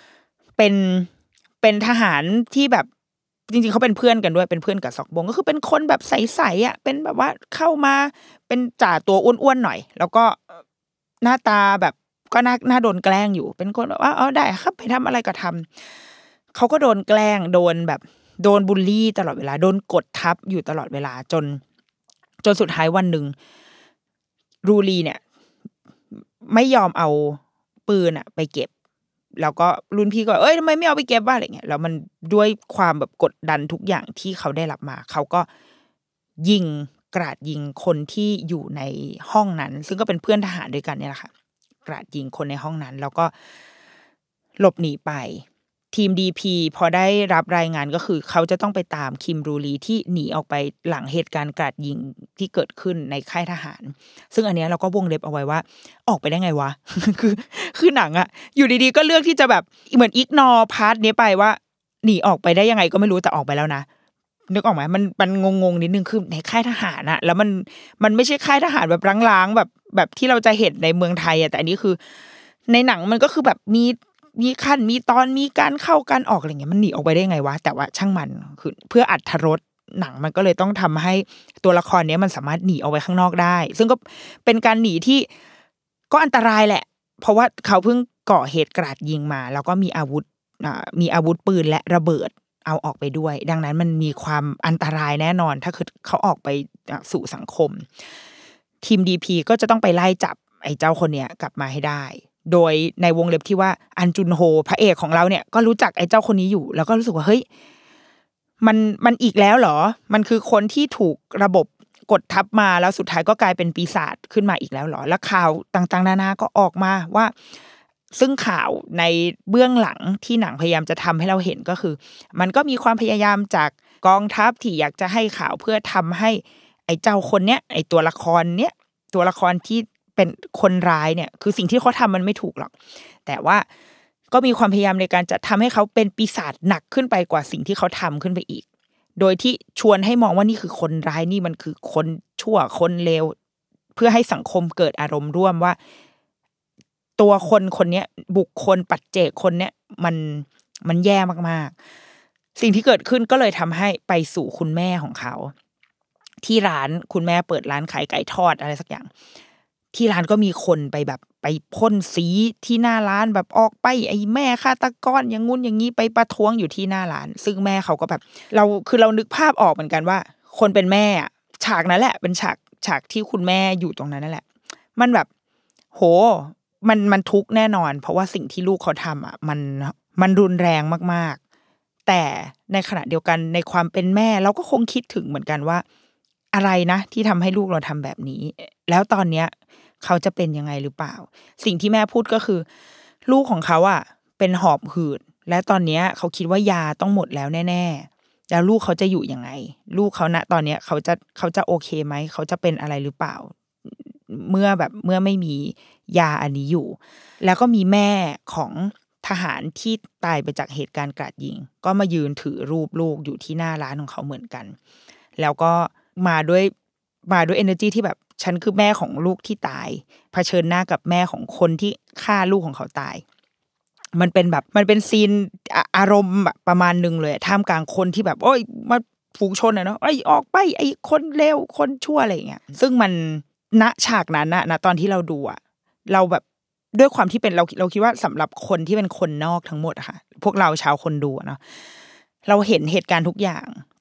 เป็นทหารที่แบบจริงๆเขาเป็นเพื่อนกันด้วยเป็นเพื่อนกับซอกบงก็คือเป็นคนแบบใสๆเป็นแบบว่าเข้ามาเป็นจ่าตัวอ้วนๆหน่อยแล้วก็หน้าตาแบบก็น่าโดนแกล้งอยู่เป็นคนแบบว่าได้ครับไปทำอะไรก็ทำเขาก็โดนแกล้งโดนบูลลี่ตลอดเวลาโดนกดทับอยู่ตลอดเวลาจนสุดท้ายวันหนึ่งรูลีเนี่ยไม่ยอมเอาปืนไปเก็บแล้วก็รุ่นพี่ก็ทำไมไม่เอาไปเก็บวะอะไรเงี้ยแล้วมันด้วยความแบบกดดันทุกอย่างที่เขาได้รับมาเขาก็กราดยิงคนที่อยู่ในห้องนั้นซึ่งก็เป็นเพื่อนทหารด้วยกันเนี่ยแหละค่ะกราดยิงคนในห้องนั้นแล้วก็หลบหนีไปทีม DP พอได้รับรายงานก็คือเขาจะต้องไปตามคิมรูลีที่หนีออกไปหลังเหตุการณ์กราดยิงที่เกิดขึ้นในค่ายทหารซึ่งอันนี้เราก็วงเล็บเอาไว้ว่าออกไปได้ไงวะ คือหนังอยู่ดีๆก็เลือกที่จะแบบเหมือนอิกนอร์พาร์ทนี้ไปว่าหนีออกไปได้ยังไงก็ไม่รู้แต่ออกไปแล้วนะนึกออกไหมมันงงๆนิดนึงคือในค่ายทหารแล้วมันไม่ใช่ค่ายทหารแบบล้างๆแบบที่เราจะเห็นในเมืองไทยแต่อันนี้คือในหนังมันก็คือแบบมีขั้นมีตอนมีการเข้าการออกอะไรเงี้ยมันหนีออกไปได้ไงวะแต่ว่าช่างมันคือเพื่ออรรถรสหนังมันก็เลยต้องทำให้ตัวละครนี้มันสามารถหนีออกไปข้างนอกได้ซึ่งก็เป็นการหนีที่ก็อันตรายแหละเพราะว่าเขาเพิ่งก่อเหตุกราดยิงมาแล้วก็มีอาวุธปืนและระเบิดเอาออกไปด้วยดังนั้นมันมีความอันตรายแน่นอนถ้าคือเขาออกไปสู่สังคมทีม DP ก็จะต้องไปไล่จับไอ้เจ้าคนเนี้ยกลับมาให้ได้โดยในวงเล็บที่ว่าอันจุนโฮพระเอกของเราเนี่ยก็รู้จักไอ้เจ้าคนนี้อยู่แล้วก็รู้สึกว่าเฮ้ยมันอีกแล้วเหรอมันคือคนที่ถูกระบบกดทับมาแล้วสุดท้ายก็กลายเป็นปีศาจขึ้นมาอีกแล้วเหรอแล้วข่าวต่างๆนานาก็ออกมาว่าซึ่งข่าวในเบื้องหลังที่หนังพยายามจะทำให้เราเห็นก็คือมันก็มีความพยายามจากกองทัพที่อยากจะให้ข่าวเพื่อทำให้ไอ้เจ้าคนเนี้ยไอ้ตัวละครที่เป็นคนร้ายเนี่ยคือสิ่งที่เขาทำมันไม่ถูกหรอกแต่ว่าก็มีความพยายามในการจะทำให้เขาเป็นปีศาจหนักขึ้นไปกว่าสิ่งที่เขาทำขึ้นไปอีกโดยที่ชวนให้มองว่านี่คือคนร้ายนี่มันคือคนชั่วคนเลวเพื่อให้สังคมเกิดอารมณ์ร่วมว่าตัวคนเนี้ยบุคคลปัจเจกคนเนี้ยมันแย่มากๆสิ่งที่เกิดขึ้นก็เลยทำให้ไปสู่คุณแม่ของเขาที่ร้านคุณแม่เปิดร้านขายไก่ทอดอะไรสักอย่างที่ร้านก็มีคนไปพ่นสีที่หน้าร้านแบบออกไปไอ้แม่ฆาตกรอย่างงุ้นอย่างงี้ไปประท้วงอยู่ที่หน้าร้านซึ่งแม่เขาก็แบบเรานึกภาพออกเหมือนกันว่าคนเป็นแม่ฉากนั้นแหละเป็นฉากที่คุณแม่อยู่ตรงนั้นนั่นแหละมันแบบโหมันทุกข์แน่นอนเพราะว่าสิ่งที่ลูกเขาทำมันรุนแรงมากๆแต่ในขณะเดียวกันในความเป็นแม่เราก็คงคิดถึงเหมือนกันว่าอะไรนะที่ทำให้ลูกเราทำแบบนี้แล้วตอนเนี้ยเขาจะเป็นยังไงหรือเปล่าสิ่งที่แม่พูดก็คือลูกของเขาเป็นหอบหืดและตอนเนี้ยเขาคิดว่ายาต้องหมดแล้วแน่ๆแล้วลูกเขาจะอยู่ยังไงลูกเขาณตอนเนี้ยเขาจะโอเคไหมเขาจะเป็นอะไรหรือเปล่าเมื่อไม่มียาอันนี้อยู่แล้วก็มีแม่ของทหารที่ตายไปจากเหตุการณ์กราดยิงก็มายืนถือรูปลูกอยู่ที่หน้าร้านของเขาเหมือนกันแล้วก็มาด้วย energy ที่แบบฉันคือแม่ของลูกที่ตายเผชิญหน้ากับแม่ของคนที่ฆ่าลูกของเขาตายมันเป็นซีนอารมณ์แบบประมาณนึงเลยท่ามกลางคนที่แบบโอ้ยมาฝูงชนเนาะออกไปไอ้คนเลวคนชั่วอะไรอย่างเงี้ยซึ่งมันณฉากนั้นณตอนที่เราดูเราแบบด้วยความที่เป็นเราคิดว่าสำหรับคนที่เป็นคนนอกทั้งหมดอะค่ะพวกเราชาวคนดูเนาะเราเห็นเหตุการณ์ทุกอย่างแต่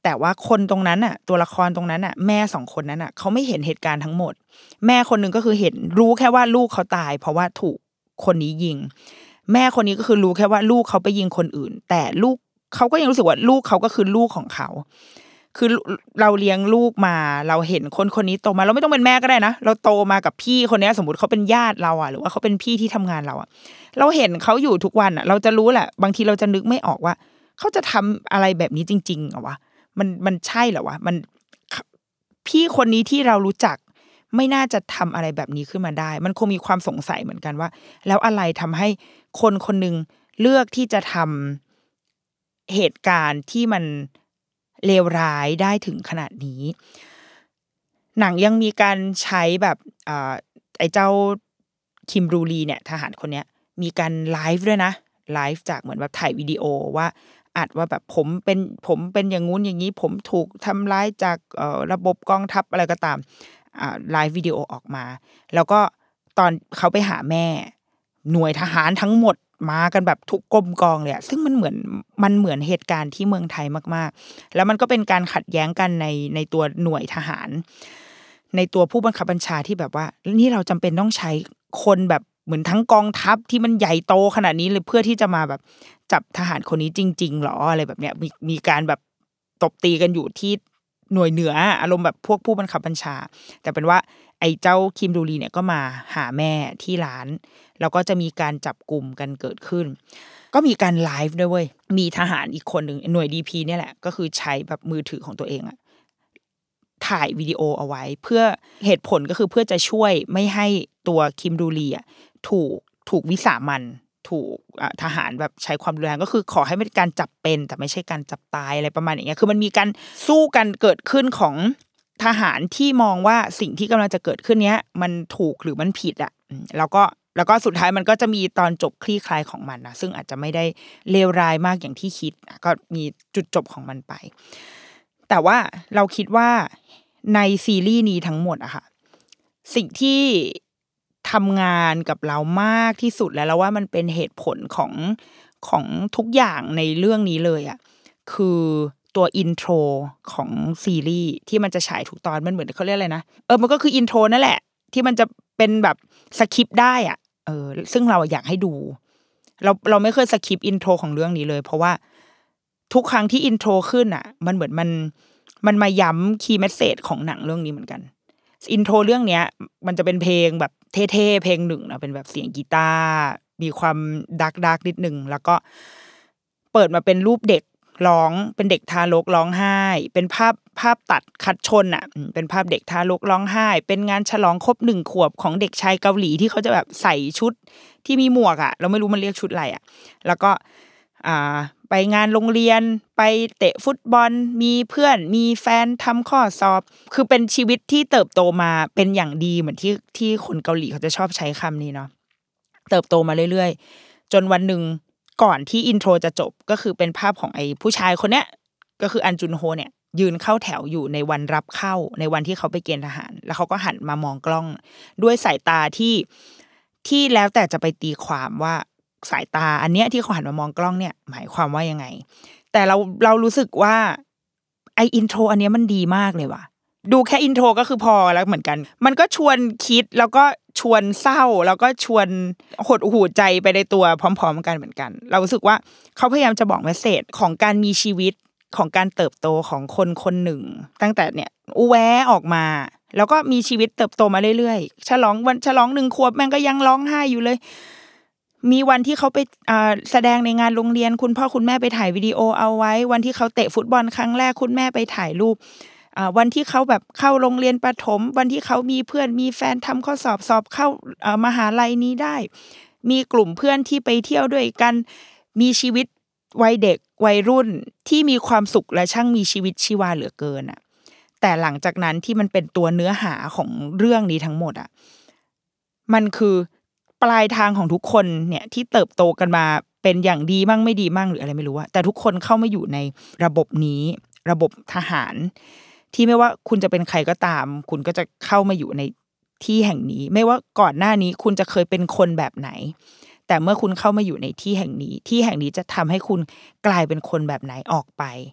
แต่ว่าคนตรงนั้นน่ะตัวละครตรงนั้นน่ะแม่2คนนั้นน่ะเขาไม่เห็นเหตุการณ์ทั้งหมดแม่คนนึงก็คือเห็นรู้แค่ว่าลูกเขาตายเพราะว่าถูกคนนี้ยิงแม่คนนี้ก็คือรู้แค่ว่าลูกเขาไปยิงคนอื่นแต่ลูกเขาก็ยังรู้สึกว่าลูกเขาก็คือลูกของเขาคือเราเลี้ยงลูกมาเราเห็นคนนี้โตมาเราไม่ต้องเป็นแม่ก็ได้นะเราโตมากับพี่คนนี้สมมติเขาเป็นญาติเราหรือว่าเขาเป็นพี่ที่ทำงานเราเราเห็นเขาอยู่ทุกวันเราจะรู้แหละบางทีเราจะนึกไม่ออกว่าเขาจะทำอะไรแบบนี้จริงๆเหรอวะมันใช่เหรอวะมันพี่คนนี้ที่เรารู้จักไม่น่าจะทำอะไรแบบนี้ขึ้นมาได้มันคงมีความสงสัยเหมือนกันว่าแล้วอะไรทำให้คนคนนึงเลือกที่จะทำเหตุการณ์ที่มันเลวร้ายได้ถึงขนาดนี้หนังยังมีการใช้แบบไอ้เจ้าคิมรูลีเนี่ยทหารคนเนี้ยมีการไลฟ์ด้วยนะไลฟ์จากเหมือนแบบถ่ายวิดีโอว่าอัดว่าแบบผมเป็นอย่างงู้นอย่างนี้ผมถูกทำร้ายจากระบบกองทัพอะไรก็ตามไลฟ์วิดีโอออกมาแล้วก็ตอนเขาไปหาแม่หน่วยทหารทั้งหมดมากันแบบทุกกรมกองเลยซึ่งมันเหมือนเหตุการณ์ที่เมืองไทยมากๆแล้วมันก็เป็นการขัดแย้งกันในตัวหน่วยทหารในตัวผู้บังคับบัญชาที่แบบว่านี่เราจำเป็นต้องใช้คนแบบเหมือนทั้งกองทัพที่มันใหญ่โตขนาดนี้เลยเพื่อที่จะมาแบบจับทหารคนนี้จริงๆหรออะไรแบบเนี้ยมีการแบบตบตีกันอยู่ที่หน่วยเหนืออารมณ์แบบพวกผู้บังคับบัญชาแต่เป็นว่าไอ้เจ้าคิมรูลีเนี่ยก็มาหาแม่ที่ร้านแล้วก็จะมีการจับกลุ่มกันเกิดขึ้นก็มีการไลฟ์ด้วยเว้ยมีทหารอีกคนนึงหน่วย DP เนี่ยแหละก็คือใช้แบบมือถือของตัวเองถ่ายวิดีโอเอาไว้เพื่อเหตุผลก็คือเพื่อจะช่วยไม่ให้ตัวคิมรูลีถูกวิสามันถูกทหารแบบใช้ความรุนแรงก็คือขอให้เป็นการจับเป็นแต่ไม่ใช่การจับตายอะไรประมาณอย่างเงี้ยคือมันมีการสู้กันเกิดขึ้นของทหารที่มองว่าสิ่งที่กำลังจะเกิดขึ้นเนี้ยมันถูกหรือมันผิดแล้วก็สุดท้ายมันก็จะมีตอนจบคลี่คลายของมันนะซึ่งอาจจะไม่ได้เลวร้ายมากอย่างที่คิดก็มีจุดจบของมันไปแต่ว่าเราคิดว่าในซีรีส์นี้ทั้งหมดอะค่ะสิ่งที่ทำงานกับเรามากที่สุดแล้วว่ามันเป็นเหตุผลของทุกอย่างในเรื่องนี้เลยคือตัวอินโทรของซีรีส์ที่มันจะฉายทุกตอนมันเหมือนเขาเรียกอะไรนะมันก็คืออินโทรนั่นแหละที่มันจะเป็นแบบสคิปได้ซึ่งเราอยากให้ดูเราไม่เคยสคิปอินโทรของเรื่องนี้เลยเพราะว่าทุกครั้งที่อินโทรขึ้นมันเหมือนมันมาย้ำคีย์เมสเสจของหนังเรื่องนี้เหมือนกันอินโทรเรื่องเนี้ยมันจะเป็นเพลงแบบเท่ๆเพลงหนึ่งนะเป็นแบบเสียงกีตาร์มีความดาร์กนิดนึงแล้วก็เปิดมาเป็นรูปเด็กร้องเป็นเด็กทารกร้องไห้เป็นภาพตัดคัดชนเป็นภาพเด็กทารกร้องไห้เป็นงานฉลองครบ1 ขวบของเด็กชายเกาหลีที่เขาจะแบบใส่ชุดที่มีหมวกเราไม่รู้มันเรียกชุดอะไรแล้วก็ไปงานโรงเรียนไปเตะฟุตบอลมีเพื่อนมีแฟนทำข้อสอบคือเป็นชีวิตที่เติบโตมาเป็นอย่างดีเหมือนที่คนเกาหลีเขาจะชอบใช้คำนี้เนาะเติบโตมาเรื่อยๆจนวันหนึ่งก่อนที่อินโทรจะจบก็คือเป็นภาพของไอ้ผู้ชายคนเนี้ยก็คืออันจุนโฮเนี่ยยืนเข้าแถวอยู่ในวันรับเข้าในวันที่เขาไปเกณฑ์ทหารแล้วเขาก็หันมามองกล้องด้วยสายตาที่แล้วแต่จะไปตีความว่าสายตาอันเนี้ยที่เขาหันมามองกล้องเนี่ยหมายความว่ายังไงแต่เรารู้สึกว่าไออินโทรอันเนี้ยมันดีมากเลยว่ะดูแค่อินโทรก็คือพอแล้วเหมือนกันมันก็ชวนคิดแล้วก็ชวนเศร้าแล้วก็ชวนหดหู่ใจไปในตัวพร้อมๆกันเหมือนกันเรารู้สึกว่าเขาพยายามจะบอกเมสเสจของการมีชีวิตของการเติบโตของคนคนหนึ่งตั้งแต่เนี่ยอูแวออกมาแล้วก็มีชีวิตเติบโตมาเรื่อยๆฉลอง1 ขวบแม่งก็ยังร้องไห้อยู่เลยมีวันที่เขาไปแสดงในงานโรงเรียนคุณพ่อคุณแม่ไปถ่ายวิดีโอเอาไว้วันที่เขาเตะฟุตบอลครั้งแรกคุณแม่ไปถ่ายรูปวันที่เขาแบบเข้าโรงเรียนประถมวันที่เขามีเพื่อนมีแฟนทำข้อสอบเข้ามหาลัยนี้ได้มีกลุ่มเพื่อนที่ไปเที่ยวด้วยกันมีชีวิตวัยเด็กวัยรุ่นที่มีความสุขและช่างมีชีวิตชีวาเหลือเกินแต่หลังจากนั้นที่มันเป็นตัวเนื้อหาของเรื่องนี้ทั้งหมดมันคือปลายทางของทุกคนเนี่ยที่เติบโตกันมาเป็นอย่างดีมั่งไม่ดีมั่งหรืออะไรไม่รู้แต่ทุกคนเข้ามาอยู่ในระบบนี้ระบบทหารที่ไม่ว่าคุณจะเป็นใครก็ตามคุณก็จะเข้ามาอยู่ในที่แห่งนี้ไม่ว่าก่อนหน้านี้คุณจะเคยเป็นคนแบบไหนแต่เมื่อคุณเข้ามาอยู่ในที่แห่งนี้จะทำให้คุณกลายเป็นคนแบบไหนออกไป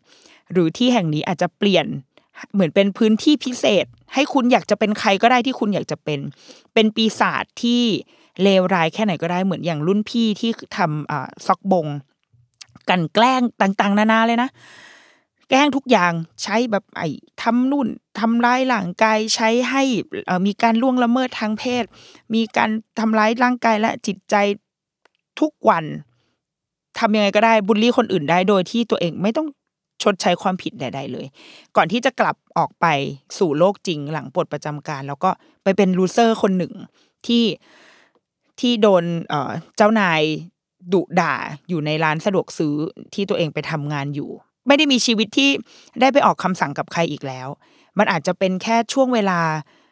หรือที่แห่งนี้อาจจะเปลี่ยนเหมือนเป็นพื้นที่พิเศษให้คุณอยากจะเป็นใครก็ได้ที่คุณอยากจะเป็นปีศาจที่เลวร้ายแค่ไหนก็ได้เหมือนอย่างรุ่นพี่ที่ทำซอกบงกันแกล้งต่างๆนานาเลยนะแกล้งทุกอย่างใช้แบบทำนู่นทำร้ายร่างกายใช้ให้มีการล่วงละเมิดทางเพศมีการทำร้ายร่างกายและจิตใจทุกวันทำยังไงก็ได้บูลลี่คนอื่นได้โดยที่ตัวเองไม่ต้องชดใช้ความผิดใดๆเลยก่อนที่จะกลับออกไปสู่โลกจริงหลังปลดประจำการแล้วก็ไปเป็นลูเซอร์คนหนึ่งที่โดนเจ้านายดุด่าอยู่ในร้านสะดวกซื้อที่ตัวเองไปทำงานอยู่ไม่ได้มีชีวิตที่ได้ไปออกคำสั่งกับใครอีกแล้วมันอาจจะเป็นแค่ช่วงเวลา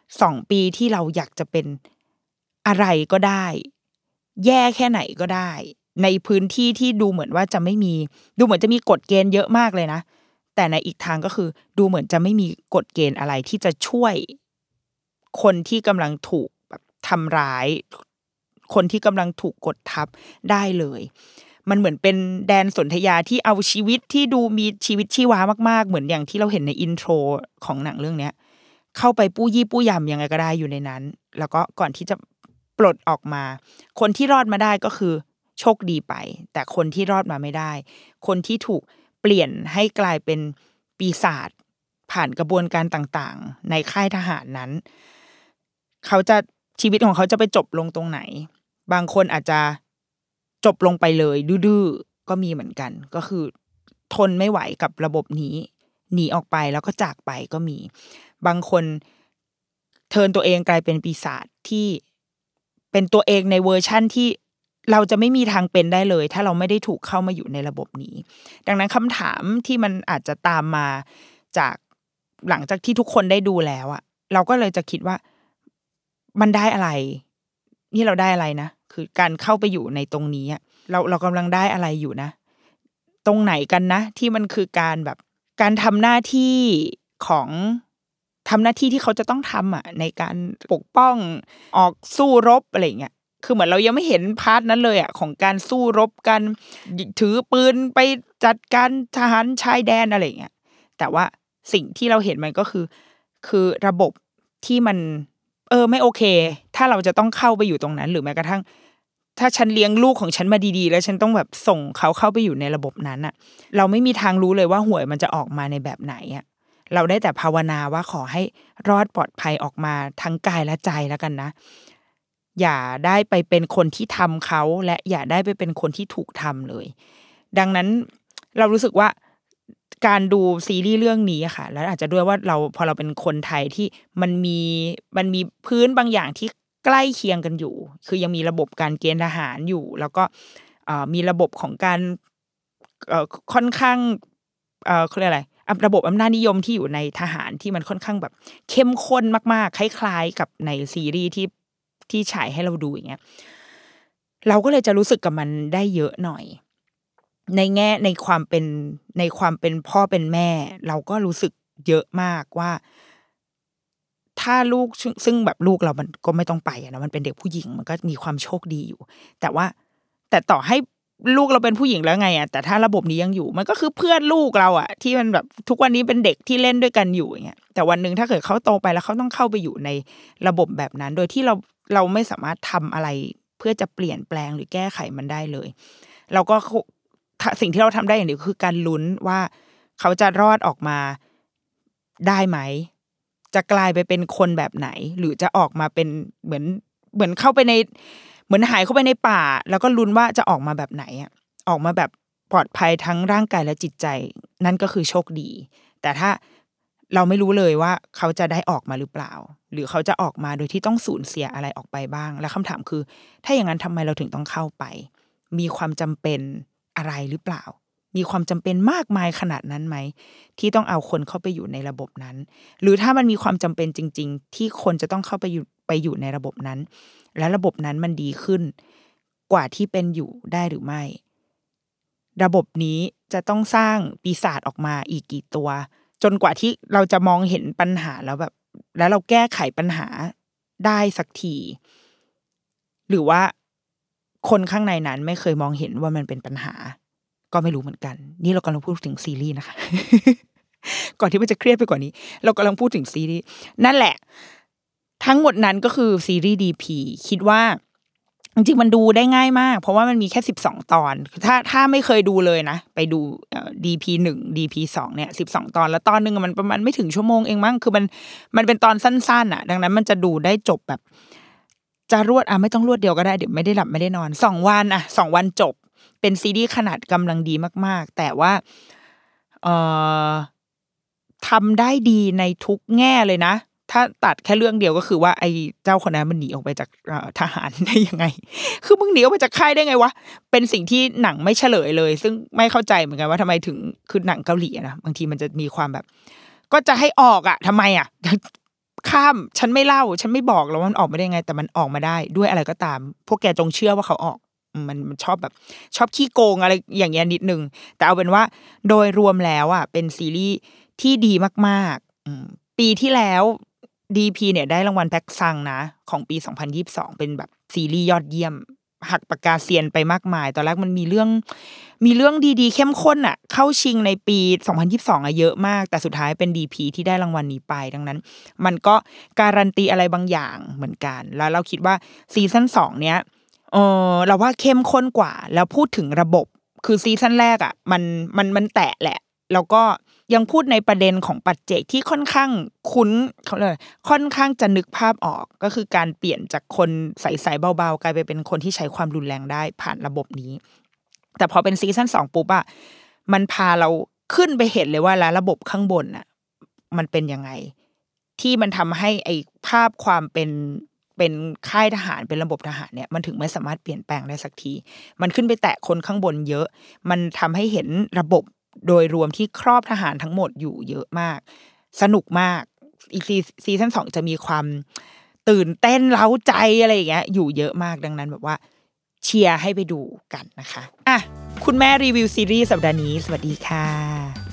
2 ปีที่เราอยากจะเป็นอะไรก็ได้แย่แค่ไหนก็ได้ในพื้นที่ที่ดูเหมือนว่าจะไม่มีดูเหมือนจะมีกฎเกณฑ์เยอะมากเลยนะแต่ในอีกทางก็คือดูเหมือนจะไม่มีกฎเกณฑ์อะไรที่จะช่วยคนที่กำลังถูกแบบทำร้ายคนที่กำลังถูกกดทับได้เลยมันเหมือนเป็นแดนสนธยาที่เอาชีวิตที่ดูมีชีวิตชีวามากๆเหมือนอย่างที่เราเห็นในอินโทรของหนังเรื่องนี้เข้าไปปู้ยี่ปู้ยำยังไงก็ได้อยู่ในนั้นแล้วก็ก่อนที่จะปลดออกมาคนที่รอดมาได้ก็คือโชคดีไปแต่คนที่รอดมาไม่ได้คนที่ถูกเปลี่ยนให้กลายเป็นปีศาจผ่านกระบวนการต่างๆในค่ายทหารนั้นเขาจะชีวิตของเขาจะไปจบลงตรงไหนบางคนอาจจะจบลงไปเลยดื้อๆก็มีเหมือนกันก็คือทนไม่ไหวกับระบบนี้หนีออกไปแล้วก็จากไปก็มีบางคนเทิร์นตัวเองกลายเป็นปีศาจที่เป็นตัวเองในเวอร์ชั่นที่เราจะไม่มีทางเป็นได้เลยถ้าเราไม่ได้ถูกเข้ามาอยู่ในระบบนี้ดังนั้นคำถามที่มันอาจจะตามมาจากหลังจากที่ทุกคนได้ดูแล้วอะเราก็เลยจะคิดว่ามันได้อะไรนี่เราได้อะไรนะคือการเข้าไปอยู่ในตรงนี้อะเรากำลังได้อะไรอยู่นะตรงไหนกันนะที่มันคือการแบบการทำหน้าที่ของทำหน้าที่ที่เขาจะต้องทำในการปกป้องออกสู้รบอะไรเงี้ยคือเหมือนเรายังไม่เห็นพาร์ทนั้นเลยของการสู้รบกันถือปืนไปจัดการทหารชายแดนอะไรเงี้ยแต่ว่าสิ่งที่เราเห็นมันก็คือระบบที่มันไม่โอเคถ้าเราจะต้องเข้าไปอยู่ตรงนั้นหรือแม้กระทั่งถ้าฉันเลี้ยงลูกของฉันมาดีๆแล้วฉันต้องแบบส่งเขาเข้าไปอยู่ในระบบนั้นเราไม่มีทางรู้เลยว่าหวยมันจะออกมาในแบบไหนเราได้แต่ภาวนาว่าขอให้รอดปลอดภัยออกมาทั้งกายและใจแล้วกันนะอย่าได้ไปเป็นคนที่ทำเขาและอย่าได้ไปเป็นคนที่ถูกทำเลยดังนั้นเรารู้สึกว่าการดูซีรีส์เรื่องนี้ค่ะแล้วอาจจะด้วยว่าพอเราเป็นคนไทยที่มันมีพื้นบางอย่างที่ใกล้เคียงกันอยู่คือยังมีระบบการเกณฑ์ทหารอยู่แล้วก็มีระบบของการค่อนข้างเขาเรียกอะไรระบบอำนาจนิยมที่อยู่ในทหารที่มันค่อนข้างแบบเข้มข้นมากๆคล้ายๆกับในซีรีส์ที่ฉายให้เราดูอย่างเงี้ยเราก็เลยจะรู้สึกกับมันได้เยอะหน่อยในแง่ในความเป็นพ่อเป็นแม่เราก็รู้สึกเยอะมากว่าถ้าลูกซึ่งแบบลูกเรามันก็ไม่ต้องไปนะมันเป็นเด็กผู้หญิงมันก็มีความโชคดีอยู่แต่ต่อให้ลูกเราเป็นผู้หญิงแล้วไงแต่ถ้าระบบนี้ยังอยู่มันก็คือเพื่อนลูกเราที่มันแบบทุกวันนี้เป็นเด็กที่เล่นด้วยกันอยู่อย่างเงี้ยแต่วันนึงถ้าเกิดเขาโตไปแล้วเขาต้องเข้าไปอยู่ในระบบแบบนั้นโดยที่เราไม่สามารถทำอะไรเพื่อจะเปลี่ยนแปลงหรือแก้ไขมันได้เลยเราก็สิ่งที่เราทำได้อย่างเดียวคือการลุ้นว่าเขาจะรอดออกมาได้ไหมจะกลายไปเป็นคนแบบไหนหรือจะออกมาเป็นเหมือนเข้าไปในเหมือนหายเข้าไปในป่าแล้วก็ลุ้นว่าจะออกมาแบบไหนออกมาแบบปลอดภัยทั้งร่างกายและจิตใจนั่นก็คือโชคดีแต่ถ้าเราไม่รู้เลยว่าเขาจะได้ออกมาหรือเปล่าหรือเขาจะออกมาโดยที่ต้องสูญเสียอะไรออกไปบ้างและคำถามคือถ้าอย่างนั้นทำไมเราถึงต้องเข้าไปมีความจำเป็นอะไรหรือเปล่ามีความจำเป็นมากมายขนาดนั้นไหมที่ต้องเอาคนเข้าไปอยู่ในระบบนั้นหรือถ้ามันมีความจำเป็นจริงๆที่คนจะต้องเข้าไปอยู่ในระบบนั้นและระบบนั้นมันดีขึ้นกว่าที่เป็นอยู่ได้หรือไม่ระบบนี้จะต้องสร้างปีศาจออกมาอีกกี่ตัวจนกว่าที่เราจะมองเห็นปัญหาแล้วเราแก้ไขปัญหาได้สักทีหรือว่าคนข้างในนั้นไม่เคยมองเห็นว่ามันเป็นปัญหาก็ไม่รู้เหมือนกันนี่เรากำลังพูดถึงซีรีส์นะคะ ก่อนที่มันจะเครียดไปกว่านี้เรากำลังพูดถึงซีรีส์นั่นแหละทั้งหมดนั้นก็คือซีรีส์ DP คิดว่าจริงๆมันดูได้ง่ายมากเพราะว่ามันมีแค่12ตอนถ้าไม่เคยดูเลยนะไปดูDP 1 DP 2เนี่ย12ตอนแล้วตอนนึงมันประมาณไม่ถึงชั่วโมงเองมั้งคือมันเป็นตอนสั้นๆอ่ะดังนั้นมันจะดูได้จบแบบจะรวดไม่ต้องรวดเดียวก็ได้เดี๋ยวไม่ได้หลับไม่ได้นอน2วัน2วันจบเป็นซีรีส์ขนาดกำลังดีมากๆแต่ว่าทำได้ดีในทุกแง่เลยนะถ้าตัดแค่เรื่องเดียวก็คือว่าไอ้เจ้าคนนั้นมันหนีออกไปจากทหารได้ยังไงคือมึงหนีออกไปจากค่ายได้ไงวะเป็นสิ่งที่หนังไม่เฉลยเลยซึ่งไม่เข้าใจเหมือนกันว่าทำไมถึงคือหนังเกาหลีนะบางทีมันจะมีความแบบก็จะให้ออกทำไมข้ามฉันไม่เล่าฉันไม่บอกแล้วว่ามันออกมาได้ไงแต่มันออกมาได้ด้วยอะไรก็ตามพวกแกจงเชื่อว่าเขาออกมันชอบแบบชอบขี้โกงอะไรอย่างเงี้ยนิดนึงแต่เอาเป็นว่าโดยรวมแล้วเป็นซีรีส์ที่ดีมากๆปีที่แล้ว DP เนี่ยได้รางวัลแพ็กซังนะของปี2022เป็นแบบซีรีส์ยอดเยี่ยมหักปากกาเซียนไปมากมายตอนแรกมันมีเรื่องดีๆเข้มข้นเข้าชิงในปี2022เยอะมากแต่สุดท้ายเป็น DP ที่ได้รางวัลนี้ไปดังนั้นมันก็การันตีอะไรบางอย่างเหมือนกันแล้วเราคิดว่าซีซั่น2เนี้ยเราว่าเข้มข้นกว่าแล้วพูดถึงระบบคือซีซั่นแรกมันแตะแหละแล้วก็ยังพูดในประเด็นของปัจเจกที่ค่อนข้างคุ้นเขาเลยค่อนข้างจะนึกภาพออกก็คือการเปลี่ยนจากคนใสๆเบาๆกลายไปเป็นคนที่ใช้ความรุนแรงได้ผ่านระบบนี้แต่พอเป็นซีซั่น2ปุ๊บมันพาเราขึ้นไปเห็นเลยว่าแล้วระบบข้างบนมันเป็นยังไงที่มันทำให้ไอ้ภาพความเป็นค่ายทหารเป็นระบบทหารเนี่ยมันถึงไม่สามารถเปลี่ยนแปลงได้สักทีมันขึ้นไปแตะคนข้างบนเยอะมันทำให้เห็นระบบโดยรวมที่ครอบทหารทั้งหมดอยู่เยอะมากสนุกมากอีกซีซั่น2จะมีความตื่นเต้นเร้าใจอะไรอย่างเงี้ยอยู่เยอะมากดังนั้นแบบว่าเชียร์ให้ไปดูกันนะคะคุณแม่รีวิวซีรีส์สัปดาห์นี้สวัสดีค่ะ